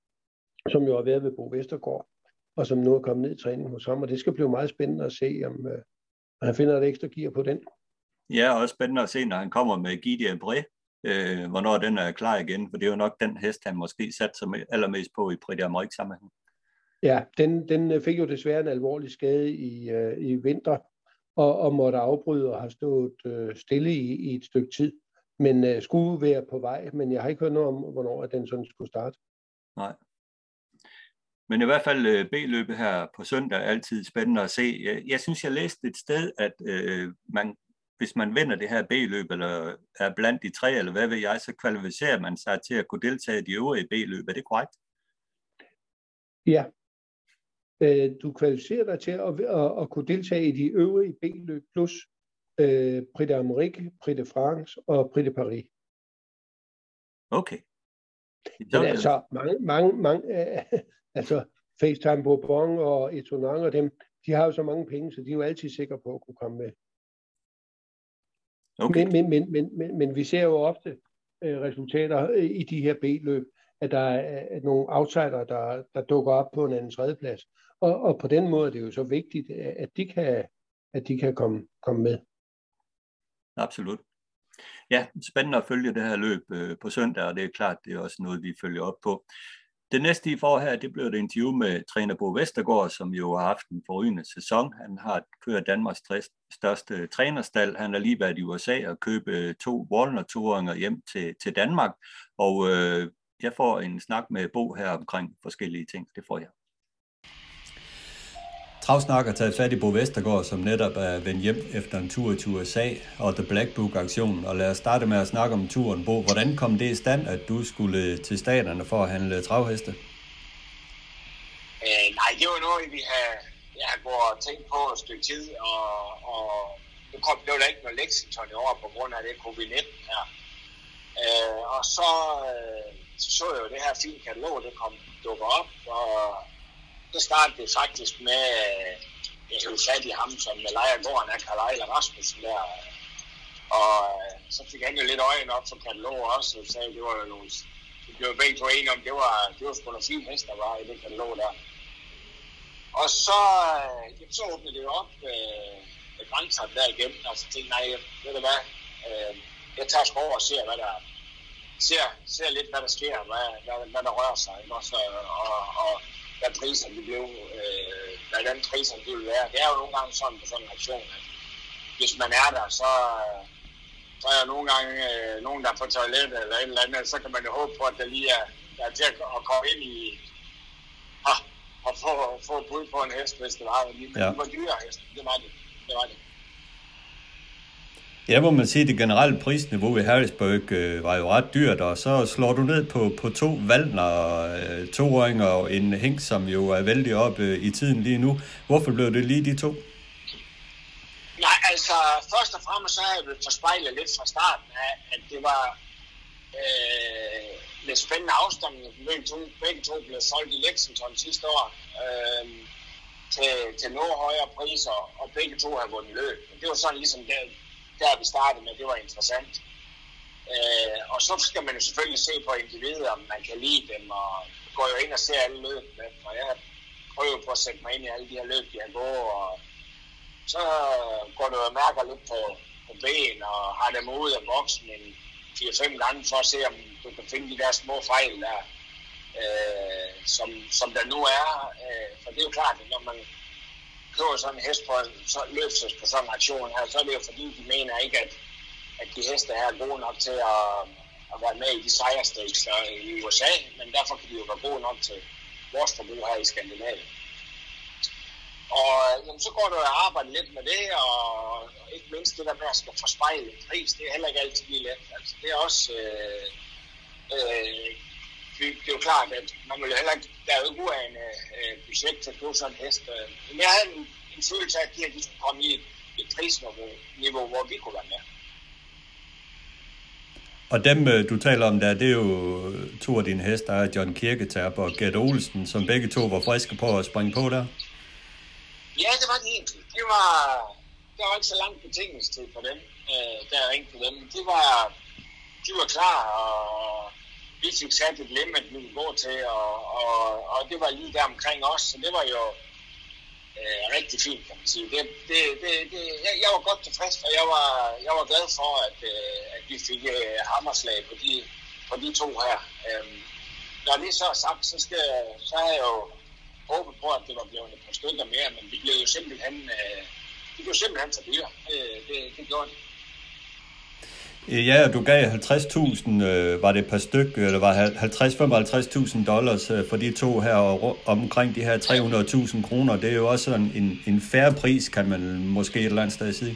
som jo har været ved Bo Vestergaard, og som nu er kommet ned i træning hos ham, og det skal blive meget spændende at se, om øh, han finder et ekstra gear på den. Ja, også spændende at se, når han kommer med Guy Debré, øh, hvornår den er klar igen, for det er jo nok den hest, han måske satte sig allermest på i Prix d'Amérique sammenhæng. Ja, den, den fik jo desværre en alvorlig skade i, øh, i vinter, og, og måtte afbryde og har stået øh, stille i, i et stykke tid, men øh, skulle være på vej, men jeg har ikke hørt noget om, hvornår den sådan skulle starte. Nej. Men i hvert fald B-løbet her på søndag er altid spændende at se. Jeg, jeg synes, jeg læste et sted, at øh, man, hvis man vinder det her B-løb, eller er blandt de tre, eller hvad ved jeg, så kvalificerer man sig til at kunne deltage i de øvrige B-løb. Er det korrekt? Ja. Øh, du kvalificerer dig til at, at, at kunne deltage i de øvrige B-løb, plus øh, Prix d'Amérique, Prix de France og Prix de Paris. Okay. Men altså, mange, mange, mange, øh, altså FaceTime Bourbon og Etonang og dem, de har jo så mange penge, så de er jo altid sikre på at kunne komme med. Okay. Men, men, men, men, men, men vi ser jo ofte øh, resultater øh, i de her B-løb, at der er øh, nogle outsider, der, der dukker op på en anden tredjeplads. Og, og på den måde er det jo så vigtigt, at de kan, at de kan komme, komme med. Absolut. Ja, spændende at følge det her løb øh, på søndag, og det er klart, det er også noget, vi følger op på. Det næste, I får her, det bliver et interview med træner Bo Vestergaard, som jo har haft en forrygende sæson. Han har kørt Danmarks største trænerstal. Han har lige været i U S A og købe to Walnut-toringer hjem til, til Danmark. Og øh, jeg får en snak med Bo her omkring forskellige ting. Det får jeg. Travsnak har taget fat i Bo Vestergaard, som netop er vendt hjem efter en tur til U S A og The Black Book-aktionen. Og lad os starte med at snakke om turen. Bo, hvordan kom det i stand, at du skulle til staterne for at handle travheste? Øh, nej, det var noget, vi havde, jeg havde gået og tænkt på et stykke tid, og, og nu kom det jo ikke noget Lexington i år på grund af det covid nitten her. Øh, og så, øh, så så jeg jo det her fine katalog, det kom dukker op, og så startede det faktisk med, jeg havde fat i ham, som lejer gården af Carl Rasmussen der. Og så fik han jo lidt øjne op for kataloget også, og sagde, det var jo nogle, det blev begge to enige om, det var, det var sgu nogle fine heste, der var i det katalog der. Og så, jamen, så åbnede det jo op øh, med grænserne der igen, og så tænkte nej, ved du hvad, øh, jeg tager sgu over og ser, hvad der, ser, ser lidt, hvad der sker, hvad, hvad, hvad der rører sig, ikke? Også, og, og hvad priserne det blev, øh, hvordan priserne det vil være. Det er jo nogle gange sådan på sådan en aktion, at hvis man er der, så, så er der nogle gange øh, nogen, der er på toilettet eller et eller andet, så kan man jo håbe på, at der lige er, der er til at, at komme ind i ah, og få, få bud på en hest, hvis det var. Men ja. Det var dyre heste, det var det. det, var det. Ja, må man sige, at det generelle prisniveau i Harrisburg øh, var jo ret dyrt, og så slår du ned på, på to Valdner, øh, toåringer og en hink, som jo er vældig op øh, i tiden lige nu. Hvorfor blev det lige de to? Nej, altså først og fremmest så har jeg blevet forspejlet lidt fra starten af, at det var øh, lidt spændende afstemning. Begge to, begge to blev solgt i Lexington sidste år. Øh, til, til noget højere priser, og begge to har vundet løb. Det var sådan ligesom der, der vi startede med, det var interessant. Øh, og så skal man jo selvfølgelig se på individer, om man kan lide dem, og går jo ind og ser alle løb med dem, og jeg prøver på at sætte mig ind i alle de her løb, de har gået, og så går du og mærker lidt på, på ben, og har dem ude af boksen en fire fem gange, for at se, om du kan finde de der små fejl der, øh, som, som der nu er. Øh, for det er jo klart, at når man køber sådan en hest på en så løbshest på sådan en aktion her, så er det jo fordi, de mener ikke, at, at de heste her er gode nok til at, at være med i de sejrstakes i U S A, men derfor kan de jo være gode nok til vores forbrug her i Skandinavien. Og jamen, så går du og arbejder lidt med det, og ikke mindst det der med at skal forspejle en pris, det er heller ikke altid lige let. Altså, det er også, øh, øh, det er jo klart, at man vil heller ikke, der er jo ikke uafhængig øh, budget til at købe sådan en hest. Men jeg havde en, en følelse af, at de her de skulle komme i et, et prisniveau, hvor vi kunne være med. Og dem, du taler om der, det er jo to af dine hester, John Kirketerp og Gert Olsen, som begge to var friske på at springe på der. Ja, det var de egentlig. Det var, der var ikke så lang betingelsestid på dem, øh, der ringte på dem. De var, de var klar, og vi fik sat et limit, vi ville gå til, og, og, og det var lige der omkring os, så det var jo øh, rigtig fint, kan man sige. Det, det, det, det, jeg, jeg var godt tilfreds, og jeg var, jeg var glad for, at, øh, at vi fik øh, hammerslag på de, på de to her. Øh, når det så er sagt, så, skal, så har jeg jo håbet på, at det var blevet et par stykker mere, men det blev jo simpelthen, øh, det blev simpelthen for dyre. Øh, det, det gjorde det. Ja, du gav halvtreds tusind, øh, var det et par stykker, eller var halvtreds til femoghalvtreds tusind dollars øh, for de to her, og omkring de her tre hundrede tusind kroner. Det er jo også en, en, en fair pris, kan man måske et eller andet sted sige.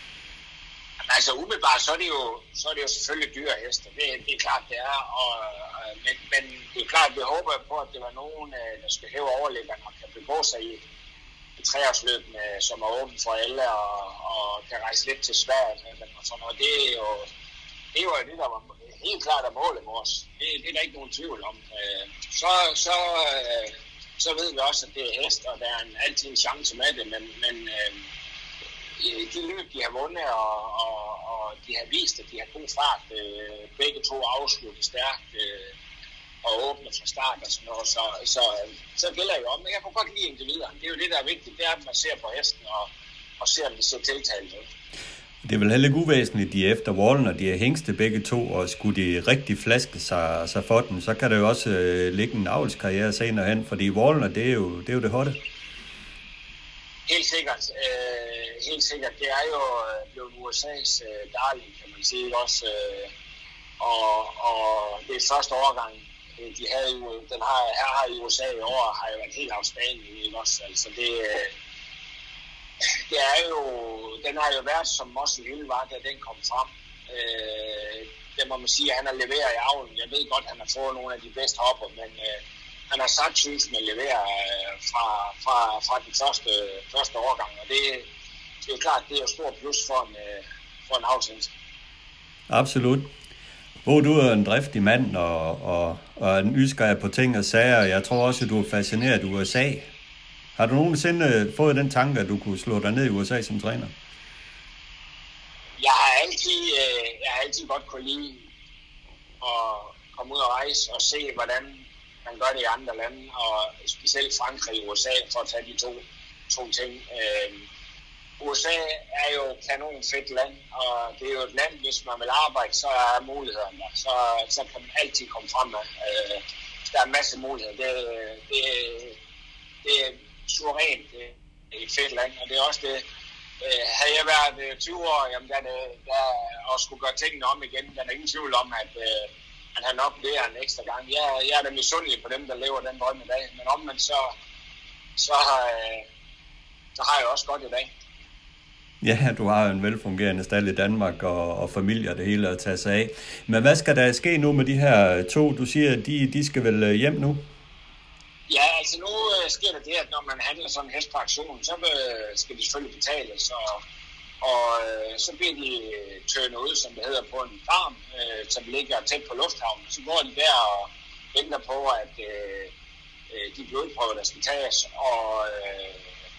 Altså umiddelbart, så er det jo, så er det jo selvfølgelig dyre heste. Det, det er klart, det er. Og, men, men det er klart, vi håber på, at det var nogen, der skal hæve overlæggerne og kan begå sig i et treårsløb, som er åbent for alle og, og kan rejse lidt til Sverige. Og sådan noget. Det er jo det, er jo det der var helt klart af målet med os. Det, det er der ikke nogen tvivl om. Så, så, så ved vi også, at det er hest, og der er en, altid en chance med det, men, men de løb, de har vundet, og, og, og de har vist, at de har god fart. Begge to afsluttet stærkt og åbne fra start og sådan noget. Så, så, så gælder jo om. Men jeg kunne godt lide individer. Det er jo det, der er vigtigt. Det er, at man ser på hesten og, og ser, om det ser tiltalt ud. Det er vel heller ikke uvæsentligt, de er efter Wallner, de er hængste begge to, og skulle de rigtig flaske sig, sig for den, så kan der jo også øh, ligge en avlskarriere senere hen, fordi Wallner, det er jo det, er jo det hotte. Helt sikkert. Øh, helt sikkert. Det er jo blevet U S A's øh, darling, kan man sige også. Øh, og, og det er første årgang. De havde jo, den har, her har i U S A i år, har jo været helt afstandelig, ikke også? Altså det, det er jo, den har jo været som Muscle Hill var, da den kom frem. Øh, det må man sige, at han har leveret i avlen. Jeg ved godt, at han har fået nogle af de bedste hopper, men øh, han har sagt, synes med at levere øh, fra, fra, fra den første, første årgang, og det, det er jo klart, det er jo stort plus for en, øh, for en avlshest. Absolut. Hvor du er en driftig mand og, og, og en nysgerrig på ting og sager. Jeg tror også, at du er fascineret af U S A. Har du nogensinde fået den tanke, at du kunne slå dig ned i U S A som træner? Jeg har altid, øh, jeg har altid godt kunne lide at komme ud og rejse og se, hvordan man gør det i andre lande, og specielt Frankrig og U S A, for at tage de to, to ting. Øh, U S A er jo kanon fedt land, og det er jo et land, hvis man vil arbejde, så er mulighederne der. Så, så kan man altid komme frem med. Øh, der er en masse muligheder. Det, det, det er suverænt et fedt land, og det er også det. Øh, havde jeg været tyve år, jamen der, der, og skulle gøre tingene om igen, der er ingen tvivl om, at øh, man har nok det en ekstra gang. Jeg, jeg er da misundelig på dem, der lever den drøm i dag, men omvendt så, så, har, så har jeg også godt i dag. Ja, du har en velfungerende stald i Danmark og, og familie og det hele at tage sig af. Men hvad skal der ske nu med de her to? Du siger, at de, de skal vel hjem nu? Ja, altså nu øh, sker der det, at når man handler sådan en hest på aktionen, så øh, skal de selvfølgelig betales, og, og øh, så bliver de tørnet ud, som det hedder, på en farm, øh, som ligger tæt på lufthavnen. Så går de der og venter på, at øh, de blodprøver, der skal tages, og øh,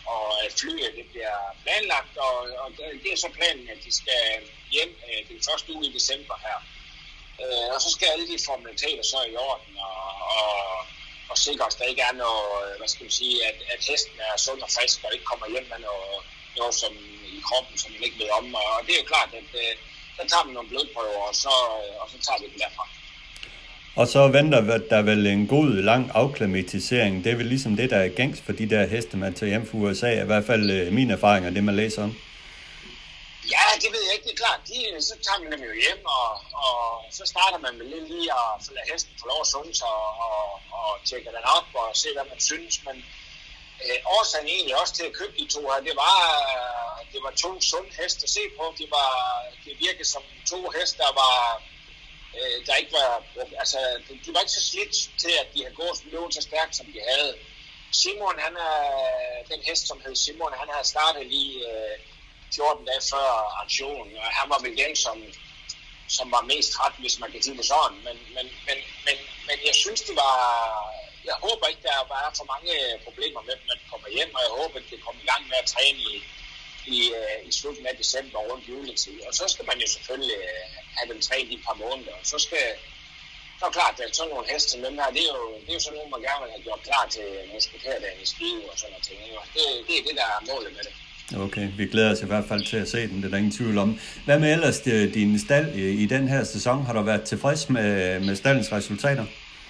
og at flyet det bliver planlagt, og, og det er så planen, at de skal hjem øh, den første uge i december her. Øh, og så skal alle de formaliteter så i orden, og, og, og sikre, at der ikke er noget, hvad skal man sige, at, at hesten er sund og frisk, og ikke kommer hjem med noget, noget som i kroppen, som man ikke ved om. Og det er jo klart, at øh, der tager man nogle blodprøver, og så, og så tager vi den derfra. Og så venter der vel en god, lang afklimatisering. Det er vel ligesom det, der er gængs for de der heste, man tager hjem fra U S A. I hvert fald øh, mine erfaringer, det man læser om. Ja, det ved jeg ikke. Det er klart. De, så tager man dem jo hjem, og, og så starter man med lidt lige at lade hesten få lov at sunde sig og, og, og tjekke den op og se, hvad man synes. Men øh, årsagen egentlig også til at købe de to her, det var, det var to sunde heste at se på. De, var, de virkede som to heste, der var... der ikke var, altså, de var ikke så slidt til, at de havde gået løbet så stærkt, som de havde. Simon, han er, den hest, som hed Simon, han havde startet lige øh, fjorten dage før aktionen, og han var vel den, som, som var mest træt, hvis man kan sige det sådan. Men, men, men, men, men jeg synes, det var, jeg håber ikke, der var for mange problemer med, når de kommer hjem, og jeg håber, at de kommer i gang med at træne i, i, i slutningen af december rundt juletid. Og så skal man jo selvfølgelig have dem trænet i et par måneder, og så skal, så er klart, at sådan nogle heste som dem her, det er jo, det er jo sådan nogle, man gerne vil have gjort klar til muskelherdagen i Skive og sådan noget ting. Det, det er det, der er målet med det. Okay, vi glæder os i hvert fald til at se den, det er der ingen tvivl om. Hvad med ellers din stald i den her sæson? Har du været tilfreds med, med staldens resultater?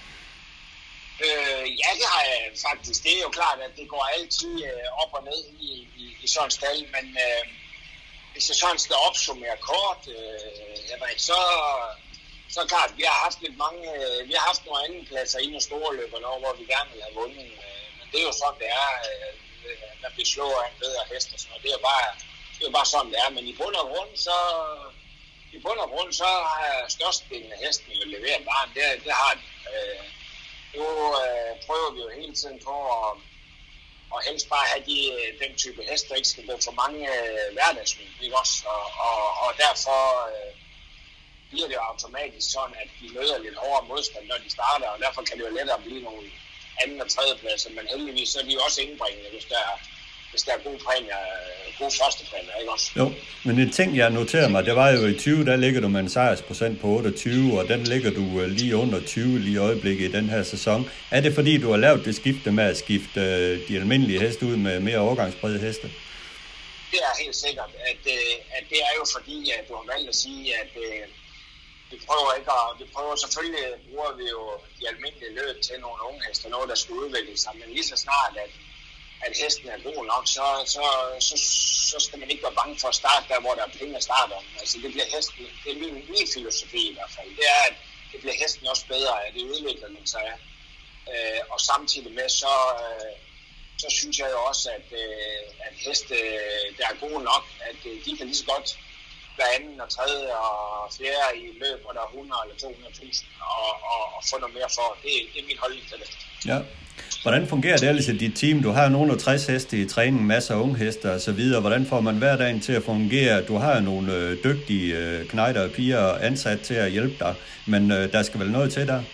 Øh, ja, det har jeg faktisk. Det er jo klart, at det går altid øh, op og ned i, i, i sådan en stald, men øh, hvis jeg sådan skal opsummere kort, øh, jeg ved ikke, så, så er klart, vi har haft lidt mange, øh, vi har haft nogle anden pladser i nogle store løber, hvor vi gerne vil have vundet, øh, men det er jo sådan, det er, øh, man bliver slået af en bedre hest og sådan noget. Det er jo bare, det er jo bare sådan, det er, men i bund og grund, så, i bund og grund, så har størstedelen af hesten jo leveret varen, det, det har de. Øh, Nu øh, prøver vi jo hele tiden på at, at helst bare have de, den type heste, der ikke skal gå for mange øh, hverdagsløb, ikke også? Og, og, og derfor øh, bliver det jo automatisk sådan, at de møder lidt hårdere modstand, når de starter, og derfor kan det jo lettere blive nogle anden- og tredjepladser, men heldigvis så er de jo også indbringende, hvis der er hvis der er gode præmier, gode førstepræmier, ikke også? Jo, men en ting, jeg noterer mig, det var jo i tyve, der ligger du med en sejrsprocent på otteogtyve, og den ligger du lige under tyve lige i øjeblikket i den her sæson. Er det fordi, du har lavet det skifte med at skifte de almindelige heste ud med mere overgangsbrede heste? Det er helt sikkert, at, at det er jo fordi, at du har valgt at sige, at vi prøver ikke at, vi prøver selvfølgelig, bruger vi jo de almindelige løb til nogle unge hester, noget der skal udvikle sig, men lige så snart, at at hesten er god nok, så, så, så, så skal man ikke være bange for at starte der, hvor der er penge at starte om. Altså det bliver hesten, det er min, min filosofi i hvert fald, det er, at det bliver hesten også bedre, at det udvikler den sig. Øh, og samtidig med, så, øh, så synes jeg jo også, at, øh, at heste, der er gode nok, at øh, de kan lige så godt være anden og tredje og fjerde i løb, hvor der er hundrede eller to hundrede tusind, og, og, og få noget mere for. Det, det er min holdning til det. Ja. Hvordan fungerer det ellers i dit team? Du har nogle af tres heste i træning, masser af unge heste og så videre. Hvordan får man hverdagen til at fungere? Du har nogle øh, dygtige øh, knejder og piger ansat til at hjælpe dig, men øh, der skal vel noget til dig?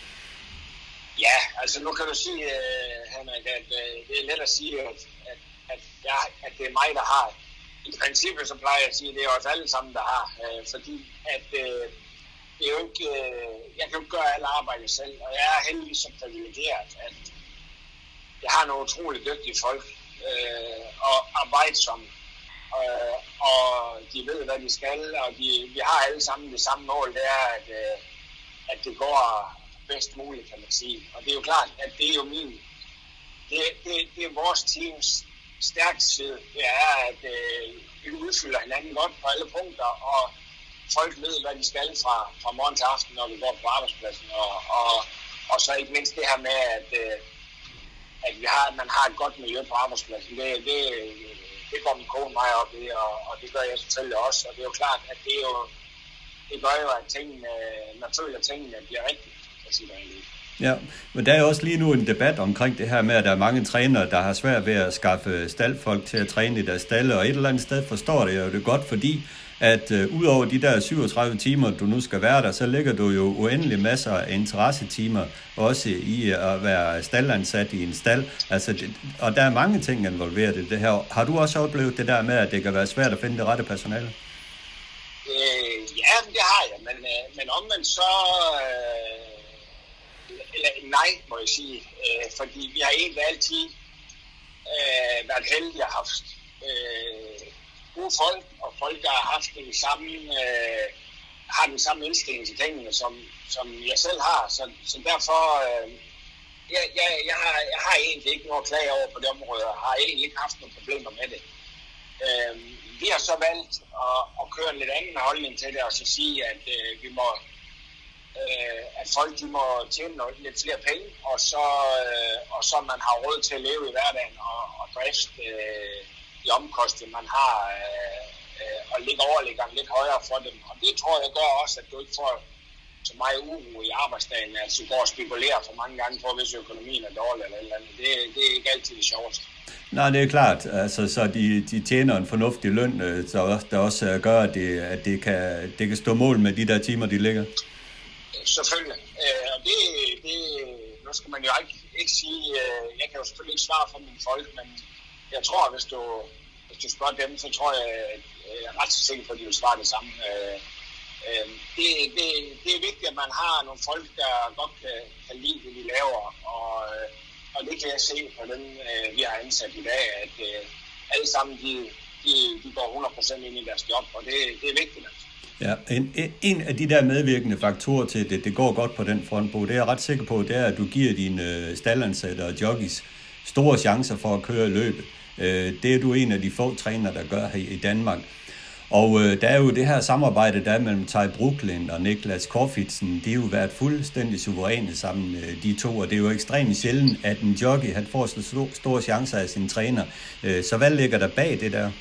Ja, altså nu kan du sige, øh, Henrik, at øh, det er let at sige, at, at, at, jeg, at det er mig, der har. I princippet så plejer jeg at sige, at det er os alle sammen, der har. Øh, fordi at øh, det er jo ikke, øh, jeg kan jo ikke gøre alle arbejde selv, og jeg er heldigvis så privilegeret, at jeg har nogle utroligt dygtige folk, øh, og arbejdsomme, øh, og de ved, hvad de skal, og de, vi har alle sammen det samme mål, det er, at, øh, at det går bedst muligt, kan man sige. Og det er jo klart, at det er jo min, det, det, det er vores teams stærke side, det er, at øh, vi udfylder hinanden godt på alle punkter, og folk ved, hvad de skal fra, fra morgen til aften, når vi går på arbejdspladsen, og, og, og så ikke mindst det her med, at øh, at vi har, man har et godt miljø på arbejdspladsen. Det, det, det går min kone mig op i, og, og det gør jeg selvfølgelig også. Og det er jo klart, at det, er jo, det gør jo, at tingene, man føler, at tingene bliver rigtigt. Ja, men der er også lige nu en debat omkring det her med, at der er mange trænere, der har svært ved at skaffe staldfolk til at træne i deres stalle, og et eller andet sted forstår det jo det godt, fordi at uh, ud over de der syvogtredive timer, du nu skal være der, så ligger du jo uendelig masser af interessetimer også i at være staldansat i en stald. Altså, det, og der er mange ting involveret i det her. Har du også oplevet det der med, at det kan være svært at finde det rette personale? Øh, ja, det har jeg, men, øh, men omvendt så... Øh, eller nej, må jeg sige, øh, fordi vi har egentlig altid øh, været heldige at have haft øh, gode folk, og folk, der har haft den samme, øh, har den samme indstilling til tingene, som, som jeg selv har. Så, så derfor, øh, jeg, jeg, jeg, har, jeg har egentlig ikke noget at klage over på det område, og har egentlig ikke haft nogle problemer med det. Øh, vi har så valgt at, at køre en lidt anden holdning til det, og så sige, at øh, vi må, øh, at folk de må tjene noget, lidt flere penge, og så, øh, og så man har råd til at leve i hverdagen og, og drifte øh, de omkostninger, man har, øh, øh, og ligge overliggeren lidt højere for dem. Og det tror jeg gør også, at du ikke får så meget uro i arbejdsdagen, altså du går og spekulerer for mange gange på, hvis økonomien er dårlig eller et eller andet. Det, det er ikke altid det sjoveste. Nej, det er klart. Altså, så de, de tjener en fornuftig løn, så der også gør, at, det, at det, kan, det kan stå mål med de der timer, de ligger. Selvfølgelig. Og det, det, nu skal man jo ikke, ikke sige, jeg kan jo selvfølgelig ikke svare for mine folk, men jeg tror, hvis du, hvis du spørger dem, så tror jeg, jeg er ret sikker på, at de vil svare det samme. Det, det, det er vigtigt, at man har nogle folk, der godt kan, kan lide det, de laver, og, og det kan jeg se på dem, vi har ansat i dag, at alle sammen, de, de, de går hundrede procent ind i deres job, og det, det er vigtigt. Ja, en, en af de der medvirkende faktorer til, at det, det går godt på den front, Bo, det er jeg ret sikker på, det er, at du giver dine staldansatte og jockeys store chancer for at køre løbet. Det er du en af de få trænere, der gør her i Danmark. Og øh, der er jo det her samarbejde, der er mellem Ty Brooklyn og Niklas Korfitsen. De har jo været fuldstændig suveræne sammen, øh, de to, og det er jo ekstremt sjældent, at en jockey han får så store chancer af sin træner. Øh, så hvad ligger der bag det der?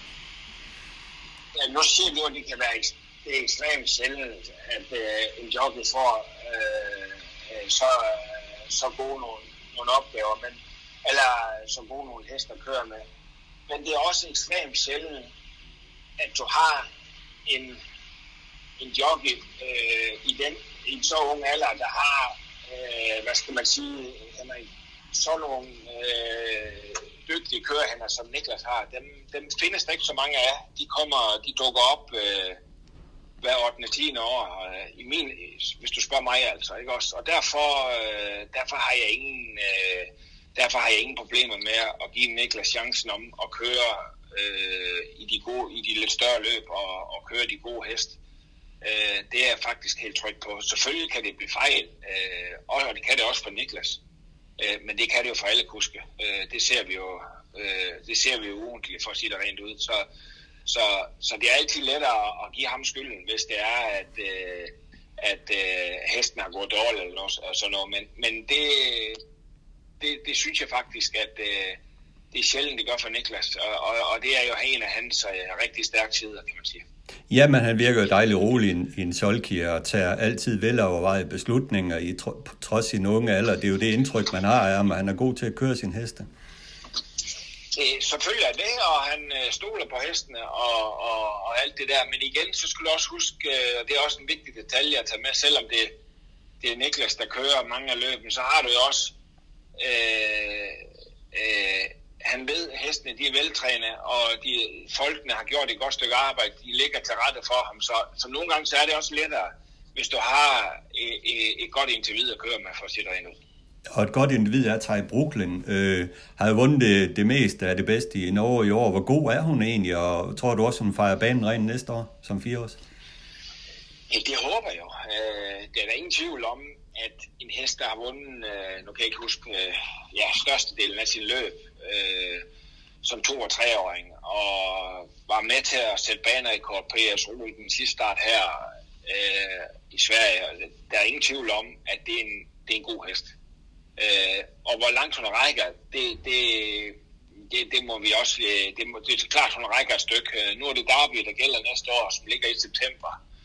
Ja, nu siger du, at det kan være det er ekstremt sjældent, at øh, en jockey får øh, så, så gode nogle, nogle opgaver, men, eller så gode nogle hester at køre med. Men det er også ekstremt sjældent, at du har en, en jockey øh, i, den, i en så ung alder, der har, øh, hvad skal man sige, så nogle øh, dygtige kørehænder, som Niklas har. Dem, dem findes der ikke så mange af. De kommer, de dukker op øh, hver ottende tiende år, øh, i min, hvis du spørger mig altså, ikke også? Og derfor, øh, derfor har jeg ingen, øh, derfor har jeg ingen problemer med at give Niklas chancen om at køre Øh, i de gode, i de lidt større løb og, og køre de gode heste. Øh, det er jeg faktisk helt tryg på. Selvfølgelig kan det blive fejl, øh, og det kan det også for Niklas. Øh, men det kan det jo for alle kuske. Øh, det ser vi jo, øh, det ser vi jo ugentligt, for at sige det rent ud. Så, så, så det er altid lettere at give ham skylden, hvis det er, at, øh, at øh, hesten har gået dårligt eller noget, og sådan noget. Men, men det, det, det synes jeg faktisk, at øh, det er sjældent, det gør for Niklas, og, og, og det er jo en af hans uh, rigtig stærke sider, kan man sige. Jamen, han virker jo dejligt rolig i en, i en sulky og tager altid velovervejede beslutninger i tr- trods sin unge alder. Det er jo det indtryk, man har af ham, at han er god til at køre sin heste. Det, selvfølgelig er det, og han øh, stoler på hestene og, og, og alt det der. Men igen, så skal du også huske, og det er også en vigtig detalje at tage med, selvom det, det er Niklas, der kører mange af løben, så har du jo også... Øh, øh, han ved, at hestene de er veltrænet, og de, folkene har gjort et godt stykke arbejde, de ligger til rette for ham, så, så nogle gange så er det også lettere, hvis du har et, et, et godt individ at køre med, for at sige det rent ud. Og et godt individ er Ty Brooklyn, øh, har jo vundet det, det meste af det bedste i Norge i år. Hvor god er hun egentlig, og tror du også, hun fejrer banen ren næste år, som fire års? Ja, det håber jeg jo. Øh, det er der ingen tvivl om, at en hest, der har vundet, øh, nu kan jeg ikke huske, øh, ja, størstedelen af sin løb, øh, som to- og treåring, og var med til at sætte baner i K P S O i den sidste start her øh, i Sverige. Der er ingen tvivl om, at det er en, det er en god hest. Øh, og hvor langt hun rækker, det, det, det, det må vi også, det, må, det er klart, hun rækker et stykke. Nu er det Derby, der gælder næste år, som ligger i september.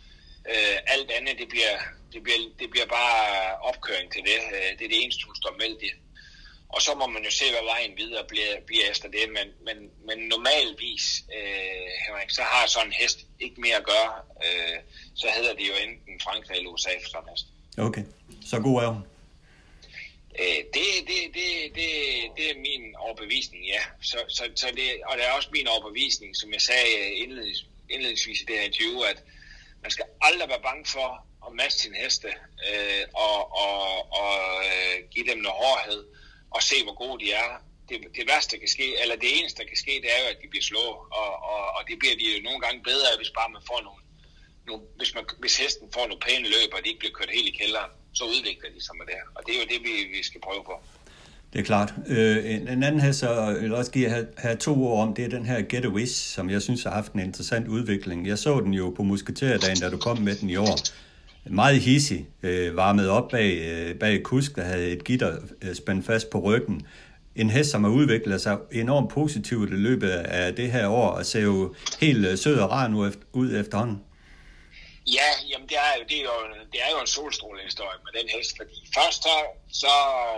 Øh, alt andet, det bliver, det, bliver, det bliver bare opkøring til det. Det er det eneste, hun står meldt i. Og så må man jo se, hvad vejen videre bliver, bliver efter det. Men, men, men normalvis, øh, Henrik, så har sådan en hest ikke mere at gøre. Øh, så hedder det jo enten Frankrig eller U S A for sådan en hest. Okay, så god er hun. Øh, det, det, det, det, det er min overbevisning, ja. Så, så, så det, og det er også min overbevisning, som jeg sagde indlednings, indledningsvis i det her interview, at man skal aldrig være bange for at matche sine heste øh, og, og, og øh, give dem noget hårdhed og se, hvor gode de er. Det, det værste, der kan ske, eller det eneste, der kan ske, det er jo, at de bliver slået, og, og, og det bliver de jo nogle gange bedre, hvis bare man får nogle, nogle hvis, man, hvis hesten får nogle pæne løb, og de ikke bliver kørt helt i kælderen, så udvikler de sig med det, og det er jo det, vi, vi skal prøve på. Det er klart. Øh, en, en anden hest, jeg vil også give have, have to ord om, det er den her Get a Wish, som jeg synes har haft en interessant udvikling. Jeg så den jo på Musketerdagen, da du kom med den i år. Meget hissig, øh, varmet op bag, øh, bag kusk, der havde et gitter øh, spændt fast på ryggen. En hest, som har udviklet sig enormt positivt i løbet af det her år, og ser jo helt øh, sød og rar nu efter, ud efterhånden. Ja, jamen det er jo, det er jo, det er jo en solstrålehistorie med den hest, fordi først så, så,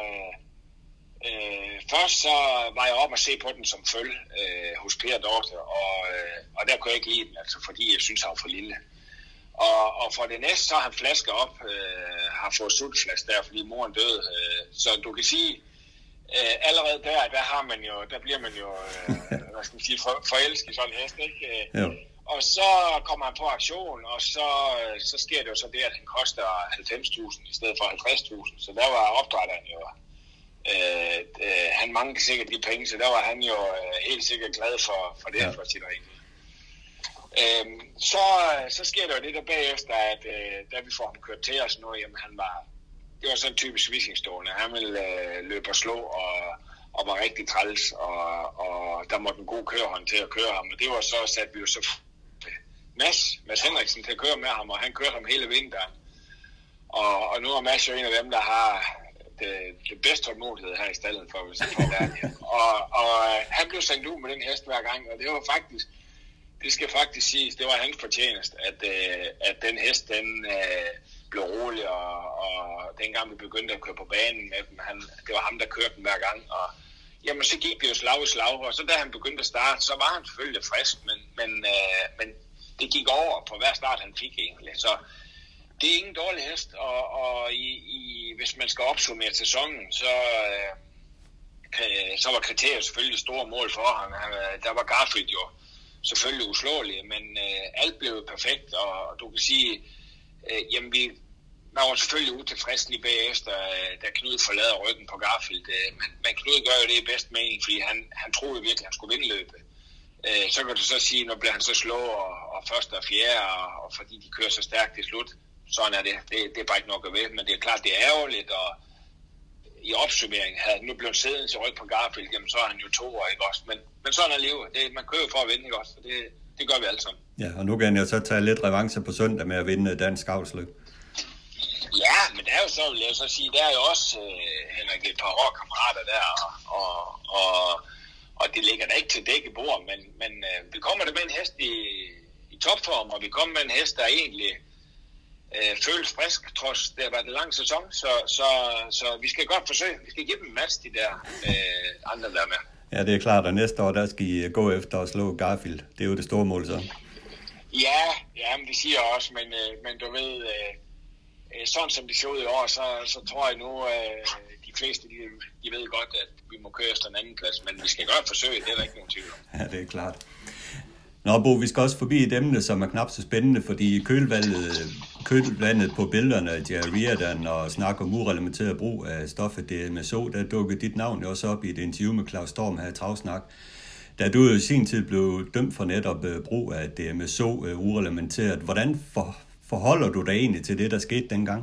øh, først så var jeg op og se på den som følge øh, hos Per Dorte, og, øh, og der kunne jeg ikke lide den, altså fordi jeg synes, han var for lille. Og, og for det næste, så har han flasker op, øh, har fået sultflask der, fordi moren døde. Øh, så du kan sige, øh, allerede der, der har man jo, der bliver man jo, øh, hvad skal man sige, for, forelsket i sådan en hest, ikke? Ja. Og så kommer han på aktion, og så, så sker det jo så det, at han koster halvfems tusind i stedet for halvtreds tusind. Så der var opdrætteren jo, øh, øh, han mangler sikkert de penge, så der var han jo øh, helt sikkert glad for, for det, ja. For sit rigtig. Øhm, så, så sker der jo det der bagefter, at øh, da vi får ham kørt til os nu, jamen han var, det var sådan en typisk visningsstående. Han ville øh, løbe og slå, og, og var rigtig træls, og, og der måtte en god kørehånd til at køre ham. Og det var så, satte vi jo så Mads, Mads Henriksen til at køre med ham, og han kørte ham hele vinteren. Og, og nu er Mads jo en af dem, der har det, det bedste tålmodighed her i stallen, for hvis jeg får det. Og, og han blev sendt ud med den hest hver gang, og det var faktisk, det skal faktisk siges, det var hans fortjeneste, at, at den hest, den øh, blev rolig, og, og dengang vi begyndte at køre på banen med dem, han, det var ham, der kørte den hver gang, og jamen, så gik det jo slag i slag, og så da han begyndte at starte, så var han selvfølgelig frisk, men, men, øh, men det gik over på hver start, han fik egentlig. Så det er ingen dårlig hest, og, og i, i, hvis man skal opsummere sæsonen, så, øh, så var kriteriet selvfølgelig store mål for ham. Der var Garfield jo selvfølgelig uslåelig, men øh, alt blev perfekt, og, og du kan sige, øh, jamen vi man var selvfølgelig utilfreds lige bagefter, da Knud forlader ryggen på Garfield. Men, men Knud gør jo det i bedst mening, fordi han, han troede virkelig, at han skulle vinde løbet. Så kan du så sige, at nu bliver han så slået, og, og første og fjerde, og, og fordi de kører så stærkt til slut. Sådan er det. det. Det er bare ikke nok at ved, men det er klart, det er ærgerligt, og i opsummering havde han nu blevet siddende til ryg på Garfield, jamen så er han jo to år, ikke også? Men, men sådan er livet. Det, man kører for at vinde, ikke også? Det, det gør vi alle sammen. Ja, og nu kan jeg så tage lidt revanche på søndag med at vinde dansk avlsløb. Ja, men der er jo så, vil jeg så sige, der er jo også, øh, Henrik, et par hårdkammerater der, og, og, og, og det ligger da ikke til dække bord, men, men øh, vi kommer der med en hest i, i topform, og vi kommer med en hest, der egentlig øh, føles frisk, trods det har været en lang sæson, så, så, så vi skal godt forsøge, vi skal give dem en match, de der øh, andre der med. Ja, det er klart, og næste år, der skal I gå efter at slå Garfield. Det er jo det store mål så. Ja, ja, men det siger jeg også, men, øh, men du ved... Øh, sådan som det ser ud i år, så, så tror jeg nu, at de fleste, de, de ved godt, at vi må køre efter en anden plads, men vi skal godt forsøge, det er der ikke nogen tvivl om. Ja, det er klart. Nå, Bo, vi skal også forbi et emne, som er knap så spændende, fordi kølvandet, kølvandet på billederne af Jerry Riordan og snak om ureglementeret brug af stoffet D M S O, der dukkede dit navn også op i et interview med Claus Storm her i Travsnak. Da du i sin tid blev dømt for netop brug af D M S O ureglementeret, hvordan for forholder du dig egentlig til det, der skete dengang?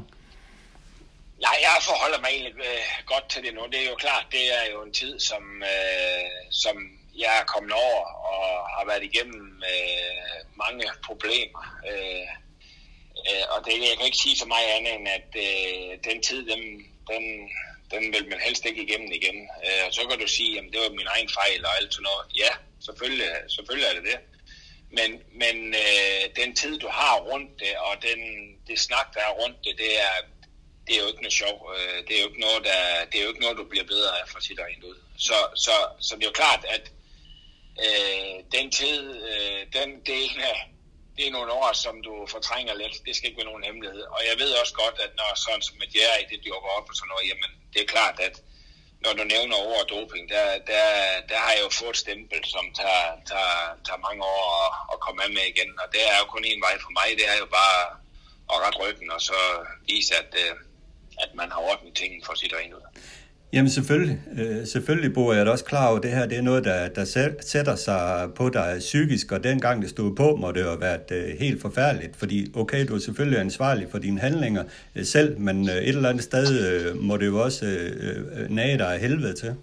Nej, jeg forholder mig egentlig øh, godt til det nu. Det er jo klart, det er jo en tid, som, øh, som jeg er kommet over og har været igennem øh, mange problemer. Øh, øh, og det, jeg kan ikke sige så meget andet end, at øh, den tid, den, den, den vil man helst ikke igennem igen. Øh, og så kan du sige, at det var min egen fejl og alt sådan noget. Ja, selvfølgelig, selvfølgelig er det det. Men, men øh, den tid, du har rundt det, og den, det snak, der er rundt det, det er, det er jo ikke noget sjov. Det er jo ikke noget, der, det er jo ikke noget, du bliver bedre af for at sige dig rent ud. Så, så, så det er jo klart, at øh, den tid, øh, den del af, det er nogle år, som du fortrænger lidt. Det skal ikke være nogen hemmelighed. Og jeg ved også godt, at når sådan som et jer i det dukker op og sådan noget, jamen det er klart, at når du nævner ordet doping, der, der, der har jeg jo fået et stempel, som tager, tager, tager mange år at, at komme af med igen. Og det er jo kun en vej for mig. Det er jo bare at rette ryggen og så vise, at, at man har ordnet tingene for at sige det rent ud. Jamen selvfølgelig, øh, selvfølgelig Bo, jeg er da også klar over, at det her det er noget, der, der sætter sig på dig psykisk, og dengang det stod på, må det jo have været øh, helt forfærdeligt, fordi okay, du er selvfølgelig ansvarlig for dine handlinger øh, selv, men øh, et eller andet sted øh, må det jo også øh, nage dig af helvede til.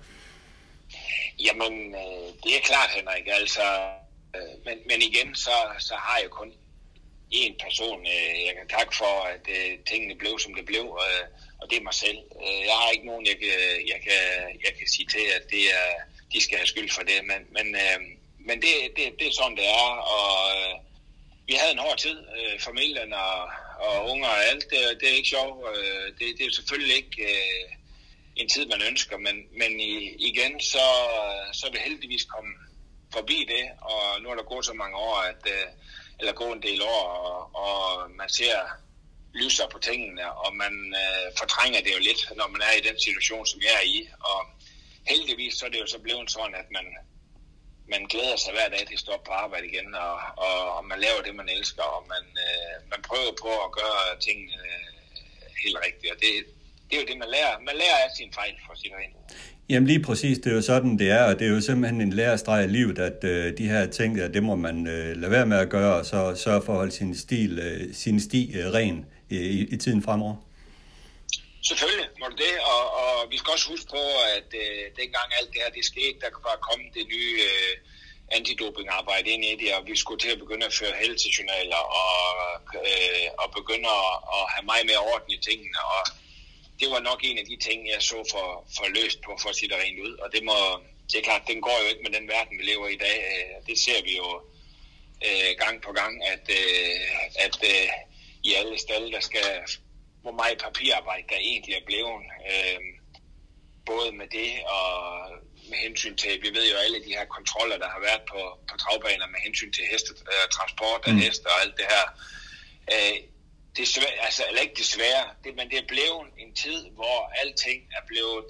Jamen, øh, det er klart, Henrik, altså, øh, men, men igen, så, så har jeg kun én person, øh, jeg kan takke for, at øh, tingene blev, som det blev, øh, og det er mig selv. Jeg har ikke nogen, jeg kan, jeg kan, jeg kan sige til, at det er, de skal have skyld for det, men, men, øh, men det, det, det er sådan, det er, og øh, vi havde en hård tid, øh, familien og, og unger og alt, det, det er ikke sjovt. Øh, det, det er selvfølgelig ikke øh, en tid, man ønsker, men, men i, igen, så, så er vi heldigvis kommet forbi det, og nu er der gået så mange år, at, øh, eller gået en del år, og, og man ser lyser på tingene, og man øh, fortrænger det jo lidt, når man er i den situation, som jeg er i. Og heldigvis så er det jo så blevet sådan, at man, man glæder sig hver dag til at stoppe på arbejde igen, og, og, og man laver det, man elsker, og man, øh, man prøver på at gøre tingene øh, helt rigtigt. Og det, det er jo det, man lærer. Man lærer af sin fejl, for at sige det rent. Jamen lige præcis, det er jo sådan, det er, og det er jo simpelthen en lærestreg i livet, at øh, de her ting, ja, det må man øh, lade være med at gøre, og så sørge for at holde sin, stil, øh, sin sti øh, ren i, i tiden fremover. Selvfølgelig må det det, og, og vi skal også huske på, at øh, dengang alt det her, det skete, der var kommet det nye øh, antidopingarbejde ind i det, og vi skulle til at begynde at føre helsejournaler og, øh, og begynde at, at have meget mere orden i tingene, og det var nok en af de ting, jeg så for, for løst på, for at sige det rent ud. Og det, må, det er klart, den går jo ikke med den verden, vi lever i i dag. Det ser vi jo øh, gang på gang, at, øh, at øh, i alle stalle, der skal, hvor meget papirarbejde der egentlig er blevet. Øh, både med det og med hensyn til, vi ved jo alle de her kontroller, der har været på, på travbaner med hensyn til heste, øh, transport af mm. heste og alt det her. Øh, Desværre, altså, eller ikke desværre, det, men det er blevet en tid, hvor alting er blevet,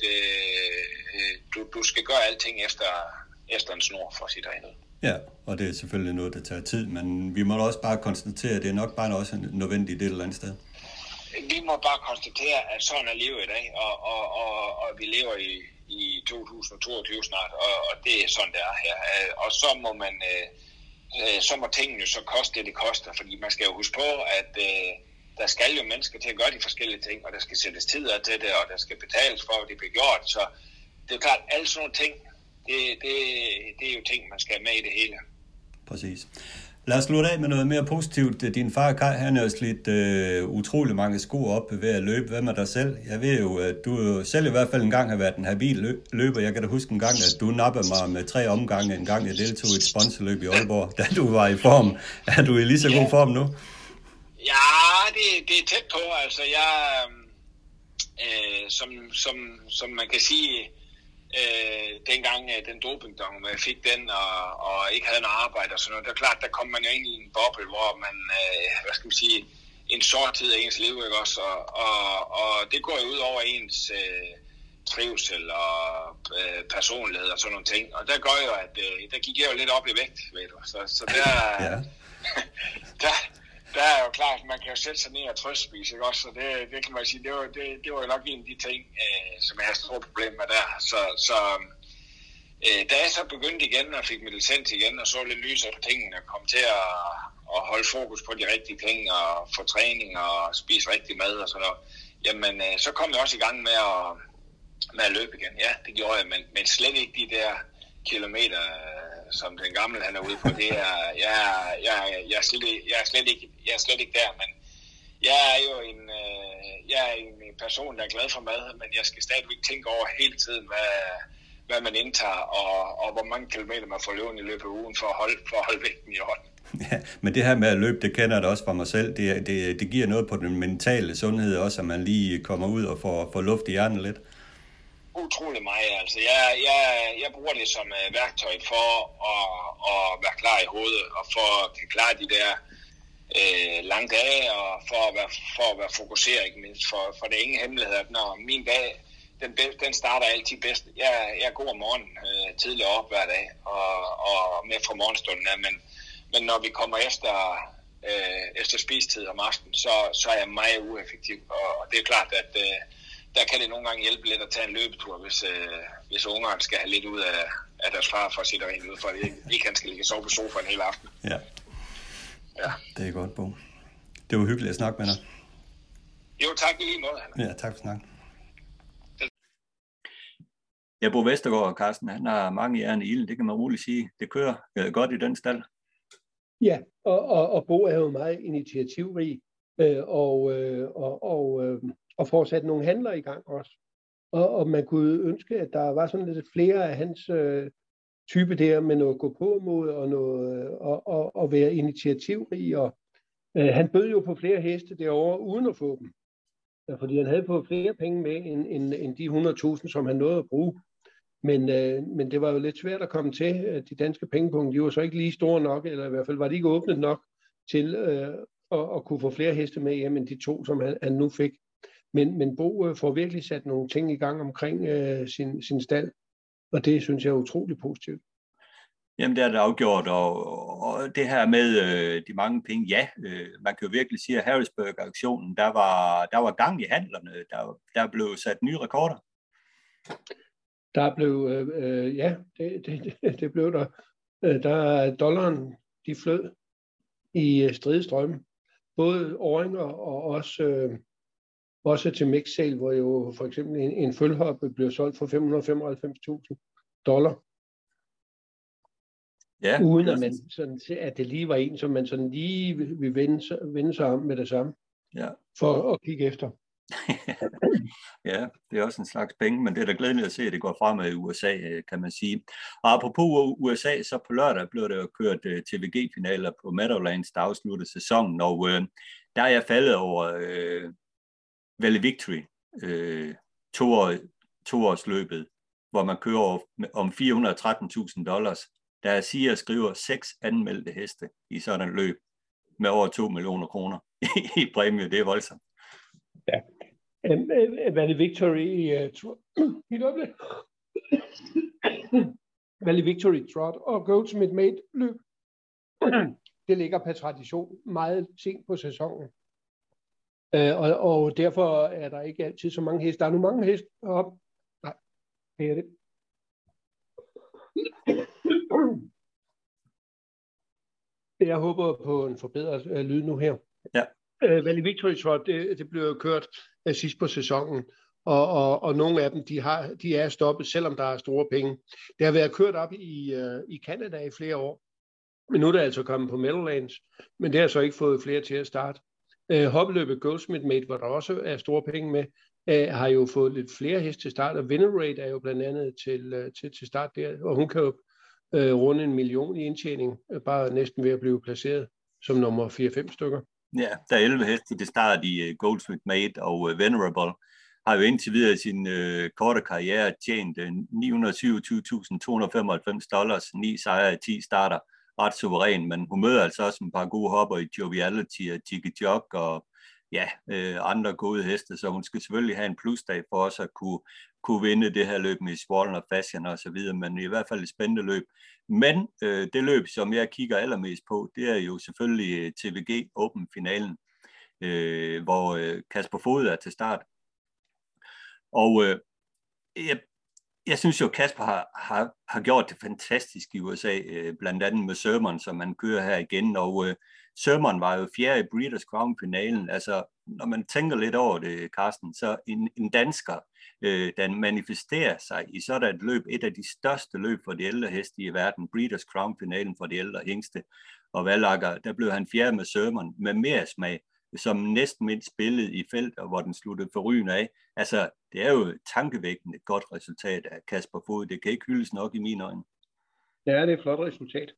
øh, du, du skal gøre alting efter, efter en snor, for at sige det rent ud. Ja, og det er selvfølgelig noget, der tager tid, men vi må også bare konstatere, at det er nok bare også nødvendigt det et eller andet sted. Vi må bare konstatere, at sådan er livet i dag, og, og, og, og vi lever i, i to tusind og toogtyve snart, og, og det er sådan, det er her. Og så må man, øh, så må tingene så koste det, det koster, fordi man skal jo huske på, at øh, der skal jo mennesker til at gøre de forskellige ting, og der skal sættes tid af til det, og der skal betales for, at det bliver gjort. Så det er klart, alle sådan nogle ting, det, det, det er jo ting, man skal have med i det hele. Præcis. Lad os slutte af med noget mere positivt. Din far, Kai, han er jo slidt øh, utrolig mange sko op ved at løbe. Hvad med dig selv? Jeg ved jo, at du jo selv i hvert fald en gang har været en habil løber. Jeg kan da huske en gang, at du nappede mig med tre omgange. En gang jeg deltog i et sponsorløb i Aalborg, da du var i form. Er du i lige så god form nu? Ja, det, det er tæt på. Altså, jeg, øh, som, som, som man kan sige, øh, dengang øh, den dopingdom, jeg fik den, og, og ikke havde noget arbejde og sådan noget, det er klart, der kom man jo ind i en boble, hvor man, øh, hvad skal man sige, en sort tid af ens liv, ikke også? Og, og, og det går jo ud over ens øh, trivsel og øh, personlighed og sådan nogle ting. Og der gør jo, at øh, der gik jeg jo lidt op i vægt, ved du. Så, så der, ja. der Der er jo klart, at man kan jo sætte sig ned og trøstspise, ikke også? Så det, det kan man sige, det var, det, det var jo nok en af de ting, øh, som jeg har store problemer med der. Så, så øh, da jeg så begyndte igen og fik min licens igen og så lidt lysere på tingene og kom til at, at holde fokus på de rigtige ting og få træning og spise rigtig mad og sådan noget, jamen øh, så kom jeg også i gang med at, med at løbe igen. Ja, det gjorde jeg, men, men slet ikke de der kilometer, som den gamle han er ude på, det er, jeg, jeg, jeg, er slet, jeg, er slet ikke, jeg er slet ikke der, men jeg er jo en, jeg er en person, der er glad for mad, men jeg skal stadigvæk tænke over hele tiden, hvad, hvad man indtager, og, og hvor mange kilometer man får løbet i løbet af ugen for at holde, for at holde vægten i orden. Ja, men det her med at løbe, det kender jeg da også fra mig selv. Det, det, det giver noget på den mentale sundhed også, at man lige kommer ud og får, får luft i hjernen lidt. Utrolig meget. Altså, jeg, jeg, jeg bruger det som uh, værktøj for at, at være klar i hovedet, og for at kan klare de der uh, lange dage, og for at være, for at være fokuseret, ikke mindst. For, for det er ingen hemmelighed, at når min dag, den, den starter altid bedst. Jeg, jeg er god om morgenen, uh, tidligere op hver dag, og, og med fra morgenstunden af, men Men når vi kommer efter, øh, efter spistid om aftenen, så, så er jeg meget ueffektiv. Og, og det er klart, at øh, der kan det nogle gange hjælpe lidt at tage en løbetur, hvis, øh, hvis ungerne skal have lidt ud af, af deres far for at sætte rent ud, for at ikke, ikke han skal ligge og sove på sofaen hele aften. Ja. Ja, det er godt, Bo. Det var hyggeligt at snakke med dig. Jo, tak i lige måde. Ja, tak for snakken. Ja, Bo Vestergaard og Carsten, han har mange jern i ilden, det kan man roligt sige. Det kører øh, godt i den stald. Ja, og, og, og Bo er jo meget initiativrig, øh, og, øh, og, og, øh, og får sat nogle handler i gang også. Og, og man kunne ønske, at der var sådan lidt flere af hans øh, type der med noget gå på mod og, noget, og, og, og være initiativrig. Og, øh, han bød jo på flere heste derovre uden at få dem. Ja, fordi han havde fået flere penge med end, end, end de hundrede tusind, som han nåede at bruge. Men, øh, men det var jo lidt svært at komme til. De danske pengepunkter, de var så ikke lige store nok, eller i hvert fald var de ikke åbnet nok til øh, at, at kunne få flere heste med hjem end de to, som han, han nu fik. Men, men Bo øh, får virkelig sat nogle ting i gang omkring øh, sin, sin stald, og det synes jeg er utrolig positivt. Jamen det er det afgjort, og, og det her med øh, de mange penge, ja, øh, man kan jo virkelig sige, at Harrisburg-aktionen, der var, der var gang i handlerne, der, der blev sat nye rekorder. Der blev, øh, ja, det, det, det blev der. Der dollaren, de flød i stridestrømme. Både åringer og også, øh, også til mix-sale, hvor jo for eksempel en, en følhoppe blev solgt for fem hundrede og femoghalvfems tusind dollar. Ja, uden at, man sådan, at det lige var en, som man sådan lige vil vende, vende sig om med det samme. Ja. For at kigge efter. Ja, det er også en slags penge, men det er da glædeligt at se, at det går fremad i U S A, kan man sige. Og apropos U S A, så på lørdag blev der jo kørt T V G-finaler på Meadowlands, der afsluttede sæsonen, og øh, der er jeg faldet over øh, Valley Victory, øh, to toårsløbet, hvor man kører om fire hundrede og tretten tusind dollars. Der siger og skriver seks anmeldte heste i sådan et løb med over to millioner kroner i præmie. Det er voldsomt. Ja. Valley Victory uh, Valley Victory Trot og Goldsmith Made løb. Det ligger per tradition meget sent på sæsonen. Uh, og, og derfor er der ikke altid så mange heste. Der er nu mange heste op. Nej, det er det. Jeg håber på en forbedret uh, lyd nu her. Ja. Uh, Valley Victory Trot, det, det blev kørt uh, sidst på sæsonen, og, og, og nogle af dem, de, har, de er stoppet, selvom der er store penge. Det har været kørt op i, uh, i Canada i flere år, men nu er det altså kommet på Meadowlands, men det har så ikke fået flere til at starte. Uh, hoppeløbet Goldsmith Made, hvor der også er store penge med, uh, har jo fået lidt flere heste til start, og Venerate er jo blandt andet til, uh, til, til start der, og hun kan jo uh, runde en million i indtjening, uh, bare næsten ved at blive placeret som nummer fire fem stykker. Ja, der er elleve heste til start i uh, Goldsmith Made, og uh, Venerable har jo indtil videre sin uh, korte karriere tjent uh, ni hundrede og syvogtyve tusind to hundrede og femoghalvfems dollars, ni sejre i ti starter, ret suveræn, men hun møder altså også en par gode hopper i Joviality og Jiggy Jog og ja, uh, andre gode heste, så hun skal selvfølgelig have en plusdag for også at kunne, kunne vinde det her løb med Swollen og Fashion og så videre, men i hvert fald et spændende løb. Men øh, det løb, som jeg kigger allermest på, det er jo selvfølgelig T V G Open-finalen, øh, hvor øh, Kasper Fod er til start. Og øh, jeg, jeg synes jo, Kasper har, har, har gjort det fantastisk i U S A, øh, blandt andet med Sermon, som man kører her igen. Og øh, Sermon var jo fjerde i Breeders' Crown-finalen. Altså, når man tænker lidt over det, Carsten, så en, en dansker, øh, der manifesterer sig i sådan et løb, et af de største løb for de ældre heste i verden, Breeders' Crown-finalen for de ældre hængste og Valakker, der blev han fjerde med Sermon med mere smag, som næsten mindst spillet i felt, og hvor den sluttede forrygende af. Altså, det er jo et tankevækkende et godt resultat af Kasper Fod. Det kan ikke hyldes nok i mine øjne. Ja, det er et flot resultat.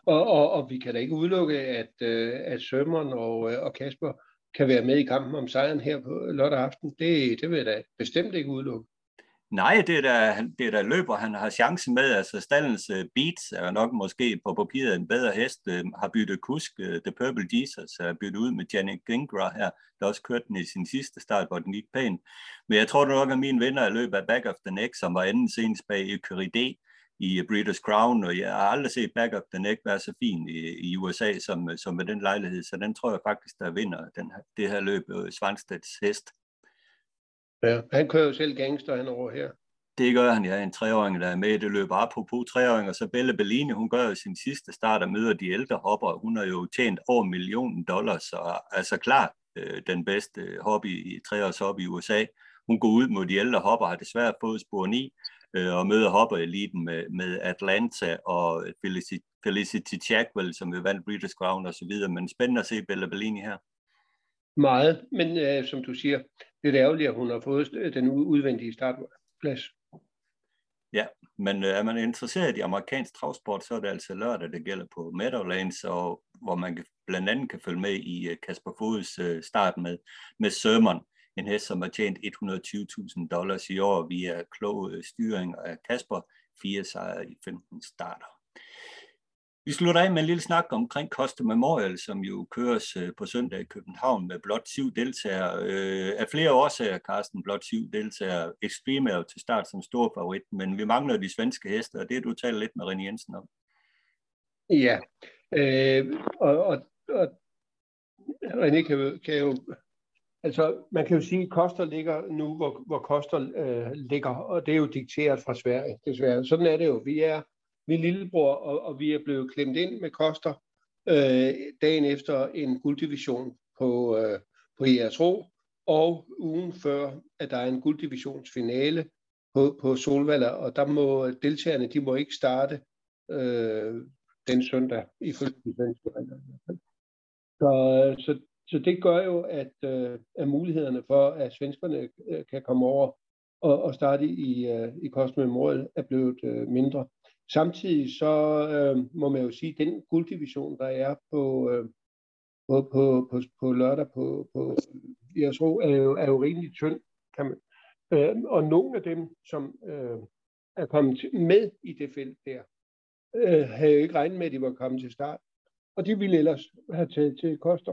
Og, og, og vi kan da ikke udelukke, at, at Sherman og, og Kasper kan være med i kampen om sejren her på lørdag aften. Det, det vil jeg da bestemt ikke udelukke. Nej, det er da, det er da løber, han har chancen med. Altså Stallens uh, Beats er nok måske på papiret en bedre hest. Uh, har byttet kusk. Uh, The Purple Jesus har byttet ud med Janik Gingras her, der også kørte den i sin sidste start, hvor den gik pænt. Men jeg tror nok, at mine venner er løbet af Back of the Neck, som var anden senest bag Ecuride i Breeders' Crown, og jeg har aldrig set Back of the Neck være så fin i, i U S A som, som med den lejlighed, så den tror jeg faktisk, der vinder den her, det her løb, uh, Svanstedts hest. Ja, han kører jo selv gangster han over her. Det gør han, ja, en treåring, der er med i det løb. Apropos treåringer, så Bella Bellini, hun gør jo sin sidste start og møder de ældre hopper. Hun har jo tjent over en million dollars, så er altså klart øh, den bedste hobby i treårs hobby i U S A. Hun går ud mod de ældre hopper, har desværre fået spor ni, øh, og møder hoppereliten med, med Atlanta og Felicity, Felicity Chackwell, som jo vandt Breeders' Crown og så videre. Men spændende at se Bella Bellini her. Meget, men øh, som du siger, det er ærgerligt, at hun har fået den udvendige startplads. Ja, men øh, er man interesseret i amerikansk travsport, så er det altså lørdag, det gælder på Meadowlands, og hvor man kan, blandt andet kan følge med i uh, Kasper Fods uh, start med, med Sherman, en hest, som har tjent et hundrede og tyve tusind dollars i år via klog uh, styring af Kasper, fire sejre i femten starter. Vi slutter af med en lille snak omkring Costa Memorial, som jo køres uh, på søndag i København med blot syv deltagere. Uh, af flere årsager, Carsten, blot syv deltagere. Extreme er jo til start som stor favorit, men vi mangler de svenske heste, og det er du taler lidt med René Jensen om. Ja, øh, og, og, og René kan jo, kan jo, altså man kan jo sige, at Costa ligger nu, hvor, hvor Costa øh, ligger, og det er jo dikteret fra Sverige, desværre. Sådan er det jo. Vi er Vi er lillebror, og, og vi er blevet klemt ind med Koster øh, dagen efter en gulddivision på, øh, på I R S O, og ugen før, at der er en gulddivisionsfinale på, på Solvalla, og der må deltagerne, de må ikke starte øh, den søndag, ifølge de svenske regler. Så, så, så det gør jo, at, øh, at mulighederne for, at svenskerne øh, kan komme over og, og starte i, øh, i Costa Memorial, er blevet øh, mindre. Samtidig så øh, må man jo sige, at den gulddivision, der er på, øh, på, på, på, på lørdag på, på I R S O, er jo, er jo rimelig tynd. Kan man. Øh, og nogle af dem, som øh, er kommet med i det felt der, øh, havde jo ikke regnet med, at de var kommet til start. Og de ville ellers have taget til Koster.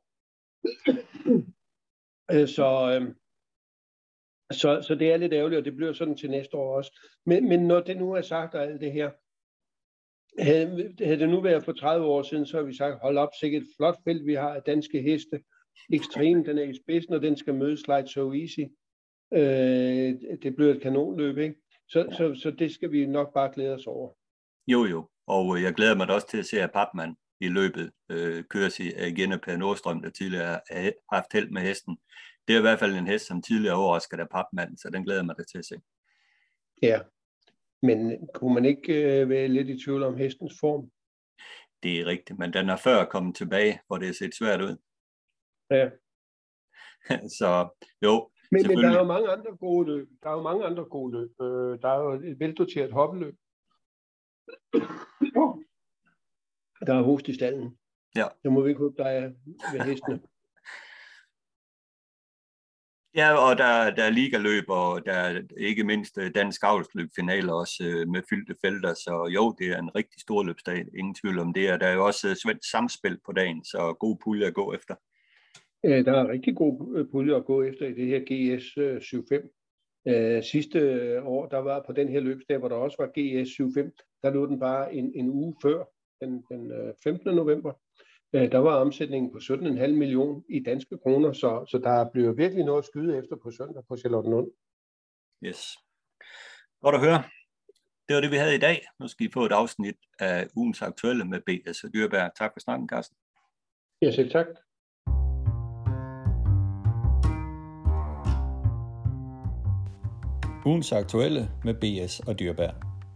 øh, så... Øh, Så, så det er lidt ærgerligt, og det bliver sådan til næste år også. Men, men når det nu er sagt og alt det her, havde, havde det nu været for tredive år siden, så har vi sagt, hold op, sikkert et flot felt, vi har af danske heste. Extreme, den er i spidsen, og den skal møde Slide So Easy. Øh, det bliver et kanonløb, ikke? Så, så, så det skal vi nok bare glæde os over. Jo, jo. Og jeg glæder mig da også til at se, at Papman i løbet øh, køres igen af Per Nordstrøm, der tidligere har haft held med hesten. Det er i hvert fald en hest, som tidligere overraskede af Papman, så den glæder mig da til at se. Ja, men kunne man ikke øh, være lidt i tvivl om hestens form? Det er rigtigt, men den har før kommet tilbage, hvor det har set svært ud. Ja. Så jo, men, men der er jo mange andre gode løb. Der er jo mange andre gode løb. Øh, der er jo et veldoteret hoppeløb. Der er host i stallen. Ja. Det må vi ikke håbe, der er ved hestene. Ja, og der, der er ligaløb, og der er ikke mindst dansk avlsløb finaler også øh, med fyldte felter, så jo, det er en rigtig stor løbsdag, ingen tvivl om det, og der er jo også svensk samspil på dagen, så god pulje at gå efter. Ja, der er rigtig god pulje at gå efter i det her G S syv fem. Øh, sidste år, der var på den her løbsdag, hvor der også var G S syv fem, der lå den bare en, en uge før, den, den femtende november. Der var omsætningen på sytten komma fem millioner i danske kroner, så, så der bliver virkelig noget at skyde efter på søndag på Charlottenlund. Yes. Godt at høre. Det var det, vi havde i dag. Nu skal I få et afsnit af ugens aktuelle med B S og Dyreberg. Tak for snakken, Carsten. Ja, selv tak. Ugens aktuelle med B S og Dyreberg.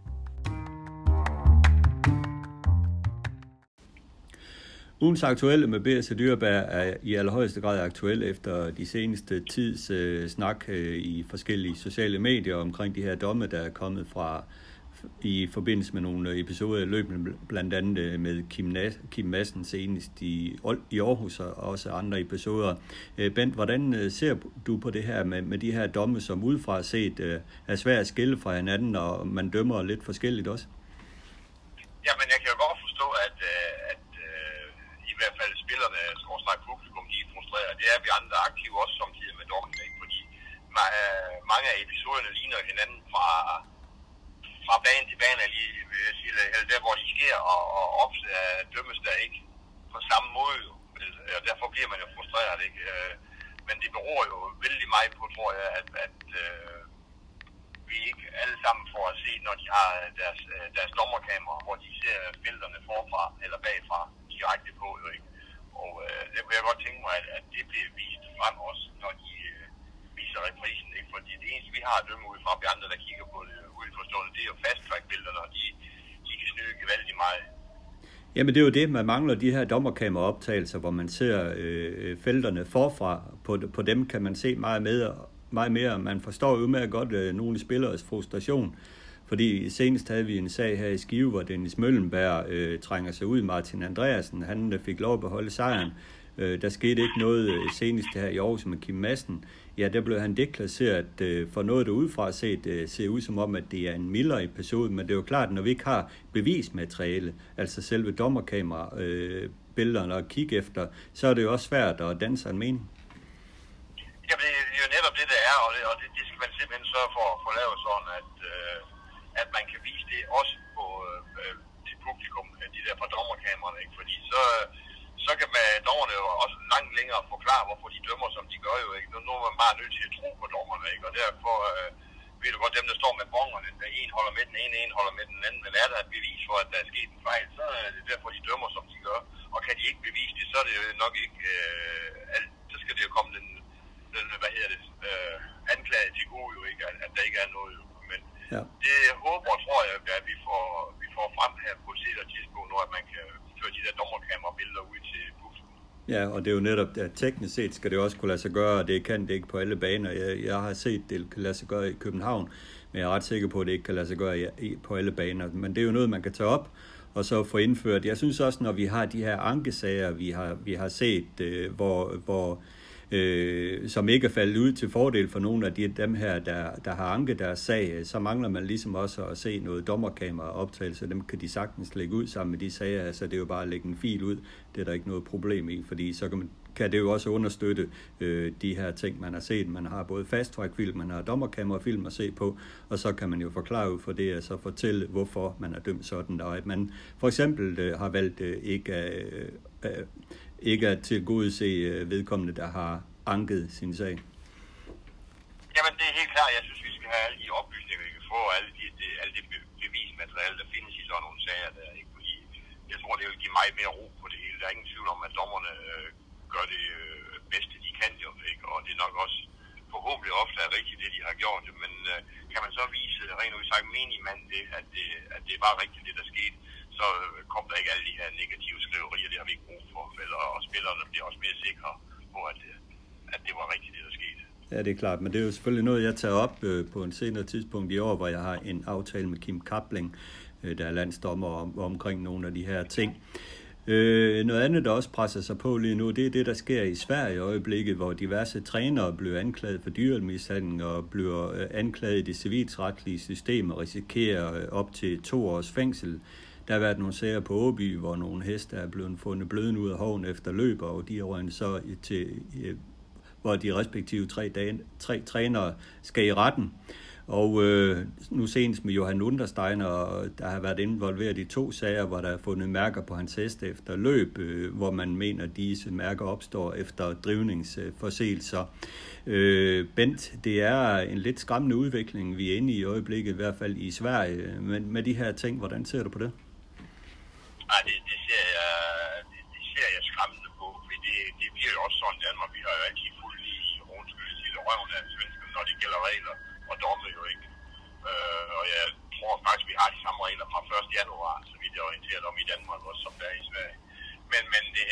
Ugens aktuelle med B S og Dyreberg er i allerhøjeste grad aktuelle efter de seneste tids øh, snak øh, i forskellige sociale medier omkring de her domme, der er kommet fra i forbindelse med nogle episoder i løbet, blandt andet med Kim, Nas, Kim Madsen senest i, i Aarhus og også andre episoder. Bent, hvordan ser du på det her med, med de her domme, som udefra set er svært at skille fra hinanden, og man dømmer lidt forskelligt også? Jamen, jeg kan jo godt forstå, at, at, at i hvert fald spillerne, skorstræk publikum, de er frustrerede. Det er vi andre aktive også samtidig med dommen, ikke? Fordi mange af episoderne ligner hinanden fra, fra bane til bane, eller der, hvor de sker, og, og ofte dømmes der ikke på samme måde. Og derfor bliver man jo frustreret, ikke? Men det beror jo vældig meget på, tror jeg, at, at vi ikke alle sammen får at se, når de har deres, deres dommerkamera, hvor de ser felterne forfra eller bagfra direkte på, jo ikke? Og øh, det kunne jeg godt tænke mig, at, at det bliver vist frem også, når de øh, viser reprisen, ikke? Fordi det eneste, vi har at dømme ud fra, vi andre, der kigger på det udenforstående, det er jo fast-track-billeder, og de, de kan snyde gevaldigt meget. Jamen det er jo det, man mangler de her dommerkameraoptagelser, hvor man ser øh, felterne forfra. På, på dem kan man se meget mere, meget mere. Man forstår jo mere godt øh, nogle spilleres frustration. Fordi senest havde vi en sag her i Skive, hvor Dennis Møllenberg øh, trænger sig ud. Martin Andreasen, han fik lov at beholde sejren. Øh, der skete ikke noget øh, senest her i Aarhus med Kim Madsen. Ja, der blev han deklasseret øh, for noget, der udefra set øh, ser ud som om, at det er en mildere episode. Men det er jo klart, at når vi ikke har bevismateriale, altså selve dommerkamera, øh, billederne at kigge efter, så er det jo også svært at danne sig en mening. Jamen, det er jo netop det, der er, og det, og det, det skal man simpelthen sørge for at få lavet sådan, at... Øh at man kan vise det også på, øh, til publikum, de der fra dommerkameraerne, ikke? Fordi så, så kan man, dommerne jo også langt længere forklare, hvorfor de dømmer, som de gør jo, ikke? Nu, nu er man bare nødt til at tro på dommerne, ikke? Og derfor øh, ved du godt, dem der står med bongerne, der en holder med den ene, en holder med den anden, men er der et bevis for, at der er sket en fejl, så er det derfor, de dømmer, som de gør. Og kan de ikke bevise det, så er det jo nok ikke, øh, alt, så skal det jo komme den, den hvad hedder det, øh, anklage til gode jo, ikke? At, at der ikke er noget jo. Men ja. Det håber og tror jeg, at vi får, vi får frem her på et senere tidspunkt, når man kan føre de der dommerkamera-billeder ud til publikum. Ja, og det er jo netop, at teknisk set skal det også kunne lade sig gøre, og det kan det ikke på alle baner. Jeg, jeg har set, det kan lade sig gøre i København, men jeg er ret sikker på, at det ikke kan lade sig gøre i, på alle baner. Men det er jo noget, man kan tage op og så få indført. Jeg synes også, når vi har de her ankesager, vi har, vi har set, øh, hvor... hvor Øh, som ikke er faldet ud til fordel for nogle af de, dem her, der, der har anket deres sag, så mangler man ligesom også at se noget dommerkamera-optagelse. Dem kan de sagtens lægge ud sammen med de sager, så det er jo bare at lægge en fil ud. Det er der ikke noget problem i, fordi så kan, man, kan det jo også understøtte øh, de her ting, man har set. Man har både fast-track-film, man har dommerkamera-film at se på, og så kan man jo forklare ud for det, og så fortælle, hvorfor man er dømt sådan, og at man for eksempel øh, har valgt øh, ikke at øh, øh, ikke at tilgodese vedkommende, der har anket sin sag? Jamen, det er helt klart. Jeg synes, vi skal have alle de oplysninger, vi kan få, og alle de, de, alle det bevismateriale, der findes i sådan nogle sager der, ikke? Fordi jeg tror, det vil give meget mere ro på det hele. Der er ingen tvivl om, at dommerne øh, gør det øh, bedste, de kan jo, ikke? Og det er nok også forhåbentlig ofte er rigtigt, det de har gjort. Men øh, kan man så vise rent udsagt menigmand det, at det, at det var rigtigt, det der skete, så kom der ikke alle de her negative skriverier, det har vi ikke brug for, eller, og spillerne bliver også mere sikre på, at, at det var rigtigt, det der skete. Ja, det er klart, men det er jo selvfølgelig noget, jeg tager op øh, på en senere tidspunkt i år, hvor jeg har en aftale med Kim Kapling, øh, der er landsdommer om, omkring nogle af de her ting. Øh, noget andet, der også presser sig på lige nu, det er det, der sker i Sverige i øjeblikket, hvor diverse trænere bliver anklaget for dyremishandling og bliver øh, anklaget i det civilretlige system og risikerer øh, op til to års fængsel. Der har været nogle sager på Åby, hvor nogle heste er blevet fundet bløden ud af hoven efter løb, og de er røgnet så til, hvor de respektive tre, dage, tre trænere skal i retten. Og øh, nu senest med Johan Understeiner, der har været involveret i to sager, hvor der er fundet mærker på hans heste efter løb, øh, hvor man mener, at disse mærker opstår efter drivningsforseelser. Øh, Bent, det er en lidt skræmmende udvikling, vi er inde i i øjeblikket, i hvert fald i Sverige. Men med de her ting, hvordan ser du på det? Nej, det, det, ser jeg, det, det ser jeg skræmmende på, for det, det bliver jo også sådan, Danmark, vi har jo altid fuldt i undskyld til røven af svenskerne, når det gælder regler, og domme jo ikke. Øh, og jeg tror faktisk, vi har de samme regler fra første januar, så vidt jeg er orienteret om i Danmark, også som der er i Sverige. Men, men det,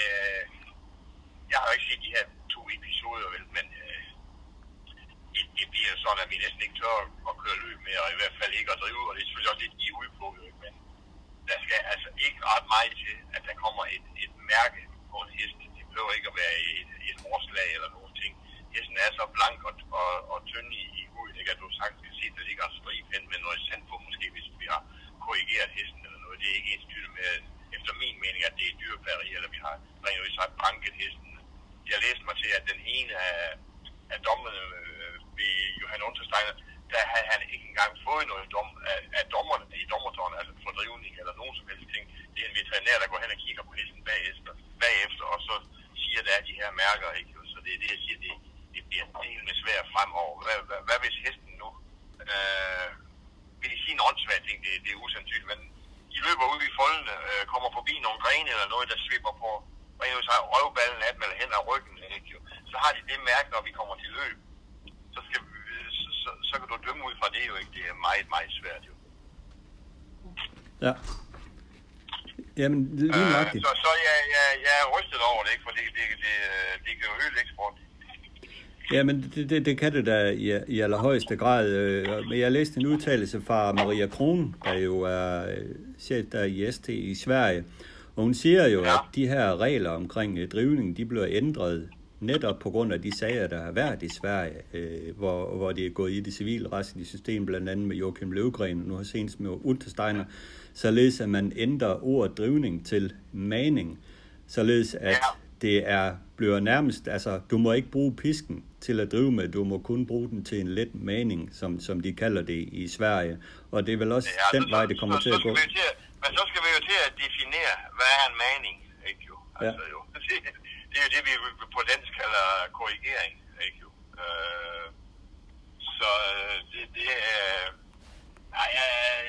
jeg har jo ikke set de her to episoder, vel, men øh, det, det bliver sådan, at vi næsten ikke tør at køre køre løb med, og i hvert fald ikke at drive, og det er selvfølgelig også lidt i ude på, men der skal altså ikke ret meget til, at der kommer et, et mærke på en hest. Det behøver ikke at være et, et hårslag eller nogen ting. Hesten er så blank og, og, og tynd i, i huden, ikke? At du sagtens kan se, at der ligger en strib hen med noget sand på, måske hvis vi har korrigeret hesten eller noget. Det er ikke ens tyde med, efter min mening, at det er dyrplageri, eller vi har rent ud sagt banket hesten. Jeg læste mig til, at den ene af, af dommerne øh, ved Johan Untersteiner, der havde han ikke engang fået noget dom af, af dommerne i dommertårnet, altså fordrivning eller nogen som helst ting. Det er en veterinær, der går hen og kigger på hesten bagefter, bagefter og så siger, at der er de her mærker, ikke? Så det er det, jeg siger, det, det bliver en del med svært fremover. Hvad, hvad, hvad hvis hesten nu? Øh, vil de sige en åndssvær ting, det, det er usandsynligt, men de løber ud i foldene, øh, kommer forbi nogle grene eller noget, der svipper på røvballen af dem eller hen ad ryggen, ikke? Så har de det mærke, når vi kommer til løb. Så, skal vi, så, så, så kan du dømme ud fra det jo ikke. Det er meget, meget svært jo. Ja. Jamen, lige nøjagtigt. Øh, så så jeg, jeg, jeg er rystet over det, ikke? For det, det, det, det kan jo ødelægge sport. Jamen, det, det, det kan det da i, i allerhøjeste grad. Men jeg læste en udtalelse fra Maria Kron, der jo er chef der i S T i Sverige. Og hun siger jo, ja. at de her regler omkring drivning, de bliver ændret netop på grund af de sager, der har været i Sverige, øh, hvor, hvor det er gået i det civilretlige system, blandt andet med Joachim Löwgren, og nu har senest med Untersteiner, således at man ændrer ordet drivning til maning, således at ja. det er, bliver nærmest, altså du må ikke bruge pisken til at drive med, du må kun bruge den til en let maning, som, som de kalder det i Sverige, og det er vel også ja, den så, vej, det kommer så, til så at gå. Til, men så skal vi jo til at definere, hvad er en maning, ikke jo? Altså, ja. jo. Det er jo det, vi på dansk kalder korrigering, ikke jo? Øh, så det, det er... Nej, jeg,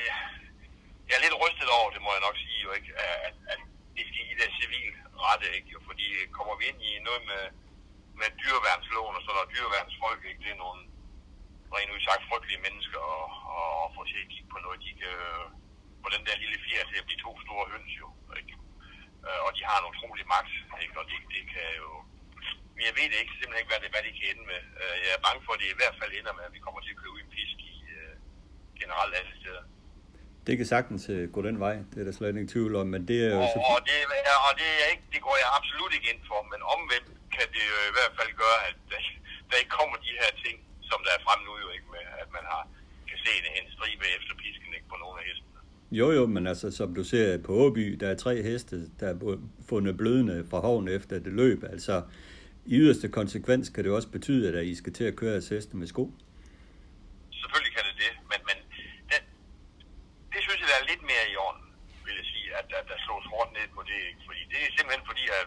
jeg er lidt rystet over det, må jeg nok sige, jo ikke? At, at det skal i det civilrette, ikke jo? Fordi kommer vi ind i noget med, med dyreværnsloven og sådan noget, dyreværnsfolk, ikke? Det er nogle rent udsagt frygtelige mennesker, og, og få til at kigge på noget, de kan... på den der lille fjer til at blive to store høns, jo, ikke? Og de har en utrolig magt, ikke? Og det, det kan jo... Men jeg ved det ikke, simpelthen ikke, hvad det, hvad det kan ende med. Jeg er bange for, at det i hvert fald ender med, at vi kommer til at købe en pisk i uh, generelt alle steder. Det kan sagtens uh, gå den vej, det er der slet ikke tvivl om, men det er jo... Og, så... og, det, og det, er ikke, det går jeg absolut ikke ind for, men omvendt kan det jo i hvert fald gøre, at der, der ikke kommer de her ting, som der er frem nu jo ikke med, at man har kan se en stribe efter pisken, ikke, på nogle af hestene. Jo, jo, men altså, som du ser på Åby, der er tre heste, der er fundet blødende fra hoven efter det løb. Altså, i yderste konsekvens kan det også betyde, at I skal til at køre jeres heste med sko. Selvfølgelig kan det det, men, men det, det synes jeg, der er lidt mere i orden, vil jeg sige, at, at der slås hårdt ned på det. Fordi det er simpelthen fordi, at,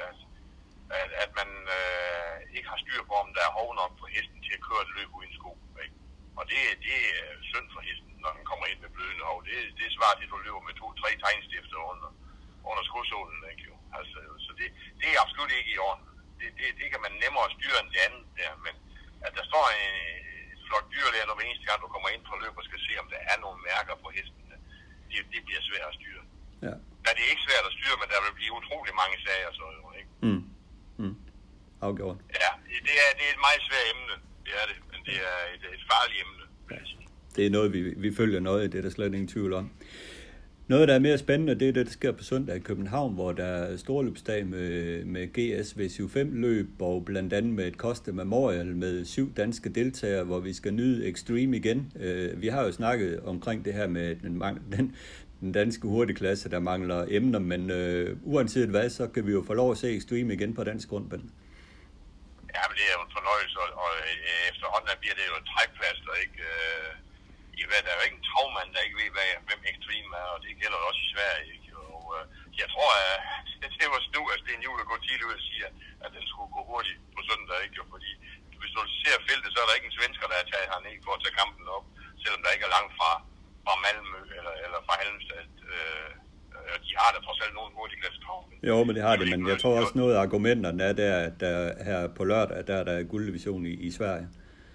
at, at man øh, ikke har styr på, om der er hov nok på hesten til at køre et løb uden sko. Ikke? Og det, det er synd for hesten, når den kommer ind med blødende hov. Det, det er svaret til, at du løber med to-tre tegnstifter under, under skosålen, ikke jo? Altså, så det, det er absolut ikke i orden. Det, det, det kan man nemmere styre end det andet der, men at der står en, et flok dyrlæger, når hver eneste gang du kommer ind på løb og skal se, om der er nogle mærker på hesten, det, det bliver svært at styre. Ja. Men det er ikke svært at styre, men der vil blive utrolig mange sager, så jo, ikke? Mm. Mm. Afgjort. Ja, det er, det er et meget svært emne, det er det, men det er et, et farligt emne. Ja. Det er noget, vi, vi følger noget af, det er der slet ingen tvivl om. Noget, der er mere spændende, det er det, der sker på søndag i København, hvor der er storløbsdag med, med G S V syv fem løb, og blandt andet med et Costa Memorial med syv danske deltagere, hvor vi skal nyde Extreme igen. Uh, vi har jo snakket omkring det her med den, den, den danske hurtigklasse, der mangler emner, men uh, uanset hvad, så kan vi jo få lov at se Extreme igen på dansk grundbane. Ja, men det er jo en fornøjelse, og, og efterhånden bliver det jo et trækplaster, ikke? Der er jo ikke en travmand, der ikke ved, hvad, hvem Extreme er, og det gælder også i Sverige, ikke? Og uh, jeg tror, at det var snu, at Sten Juhl går tidligt ud og siger, at den skulle gå hurtigt på søndag, ikke? Fordi hvis du ser feltet, så er der ikke en svensker, der er taget herned for at tage kampen op, selvom der ikke er langt fra, fra Malmø eller, eller fra Halmstad. Uh, de har da trods alt nogen hurtige klasse trav. Jo, men det har det, men jeg tror også noget af argumenterne er der, at der her på lørdag, der er der gulddivision i, i Sverige.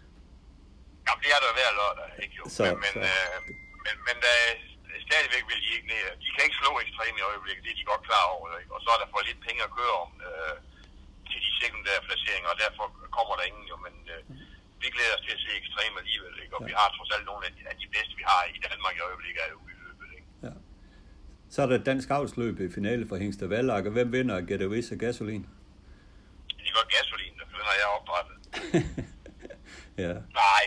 Ja, det er der hver lørdag, ikke jo. Så, men, så. Øh, men, men der, stadigvæk vil de ikke ned. De kan ikke slå Extreme i øjeblikket, det er de godt klar over, ikke? Og så er der for lidt penge at køre om øh, til de sekundære placeringer, og derfor kommer der ingen jo. Men øh, vi glæder os til at se ekstrem alligevel, ikke? Og ja. vi har trods alt nogle af de, af de bedste, vi har i Danmark i øjeblikket, er jo i løbet, ikke? Ja. Så er der et dansk avlsløb i finale for Hingsted Vallager. Hvem vinder? Getavis og Gasolin? Det går Gasolin, der vinder jeg opdrættet. Ja. Nej.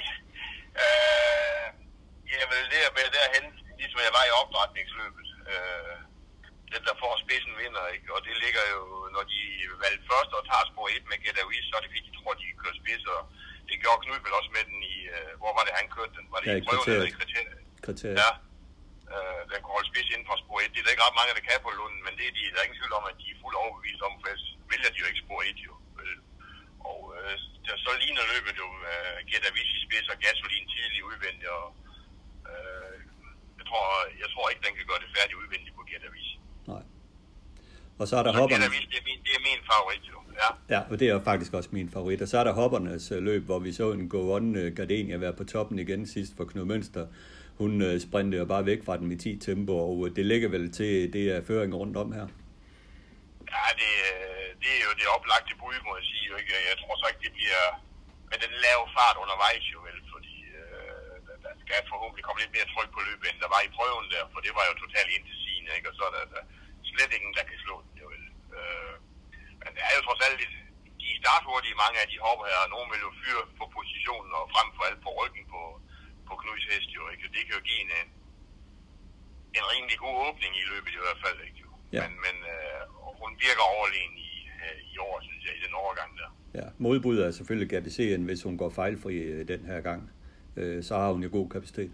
Øh, jeg vil der med derhen, ligesom jeg var i opdrætningsløbet. Øh, den der får spidsen vinder, ikke? Og det ligger jo, når de valgte først og tager spor et med Getavis, så er det fordi, de tror, de kan køre spids, og det gjorde Knud vel også med den i, uh, hvor var det, han kørte den? Var det ja, i prøven eller i kriteriet? Kriteriet. Ja. Uh, den kunne holde spids inden for spor et. Det er der ikke ret mange, der kan på Lunden, men det er de, der er ingen tvivl om, at de er fuldt overbevist om, for ellers vælger de jo ikke spor et, jo. Og uh, der, så ligner løbet jo uh, Getavis i spids og Gasolin tidlig udvendigt, og uh, jeg, tror, jeg tror ikke, den kan gøre det færdigt udvendigt på Getavis. Nej. Og så er der så hopperne. Getavis, det er min, det er min favorit, jo. Ja. Ja, og det er faktisk også min favorit. Og så er der hoppernes løb, hvor vi så en go on Gardenia være på toppen igen sidst for Knud Mønster. Hun sprintede jo bare væk fra den i ti tempo, og det ligger vel til, det er føring rundt om her. Ja, det, det er jo det oplagte bud, må jeg sige. Jo, ikke? Jeg tror så ikke, det bliver med den lave fart undervejs, jo vel, fordi øh, der skal forhåbentlig komme lidt mere tryk på løbet, end der var i prøven der, for det var jo totalt indtilsigende, ikke? Og så er der, der slet ingen, der kan slå den, jo vel. Øh, men det er jo trods alt lidt, de starthurtige, mange af de hopper her, og nogen vil jo fyre på positionen, og frem for alt på ryggen på, på Knuds hest, jo, ikke? Det kan jo give en, en rimelig god åbning i løbet i hvert fald, ikke? Jo. Ja. Men, men øh, hun virker overlegen i, øh, i år, synes jeg, i den overgang der. Ja, modbuddet er selvfølgelig Gardiseren, hvis hun går fejlfri øh, den her gang. Øh, så har hun jo god kapacitet.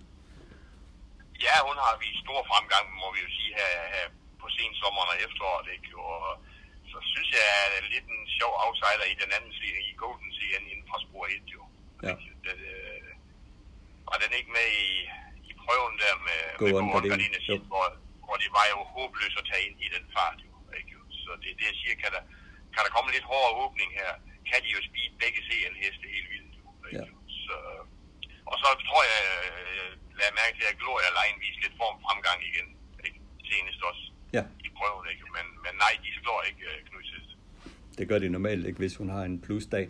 Ja, hun har vist stor fremgang, må vi jo sige, her, her på sensommeren og efteråret, ikke? Og så synes jeg, at er lidt en sjov outsider i den anden side, i Golden Sea, inden fra spor et, jo. Ja. Det, øh, var den ikke med i, i prøven der med Go med on Gardina sidst, hvor, hvor det var jo håbløst at tage ind i den fart, jo. Ikke? Så det er det, jeg siger, kan der, kan der komme lidt hårdere åbning her, kan de jo speede begge C L-heste helt vildt, jo. Ikke? Ja. Så, og så tror jeg, jeg lader mærke til, at Gloria Line viste lidt form fremgang igen, ikke? Senest også. Ja. I prøven, ikke? Men, men nej, de slår ikke uh, Knuds hest. Det gør de normalt ikke, hvis hun har en plusdag.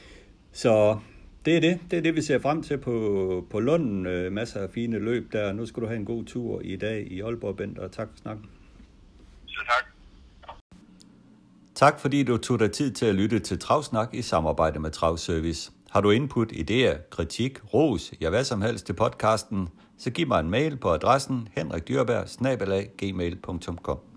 Så det er det. Det er det, vi ser frem til på, på Lunden. Øh, masser af fine løb der. Nu skal du have en god tur i dag i Aalborg, Bent, og tak for snakken. Så tak. Tak fordi du tog dig tid til at lytte til Travsnak i samarbejde med Travservice. Har du input, idéer, kritik, ros, ja hvad som helst til podcasten, så giv mig en mail på adressen henrik dyrberg snabel-a gmail punktum com.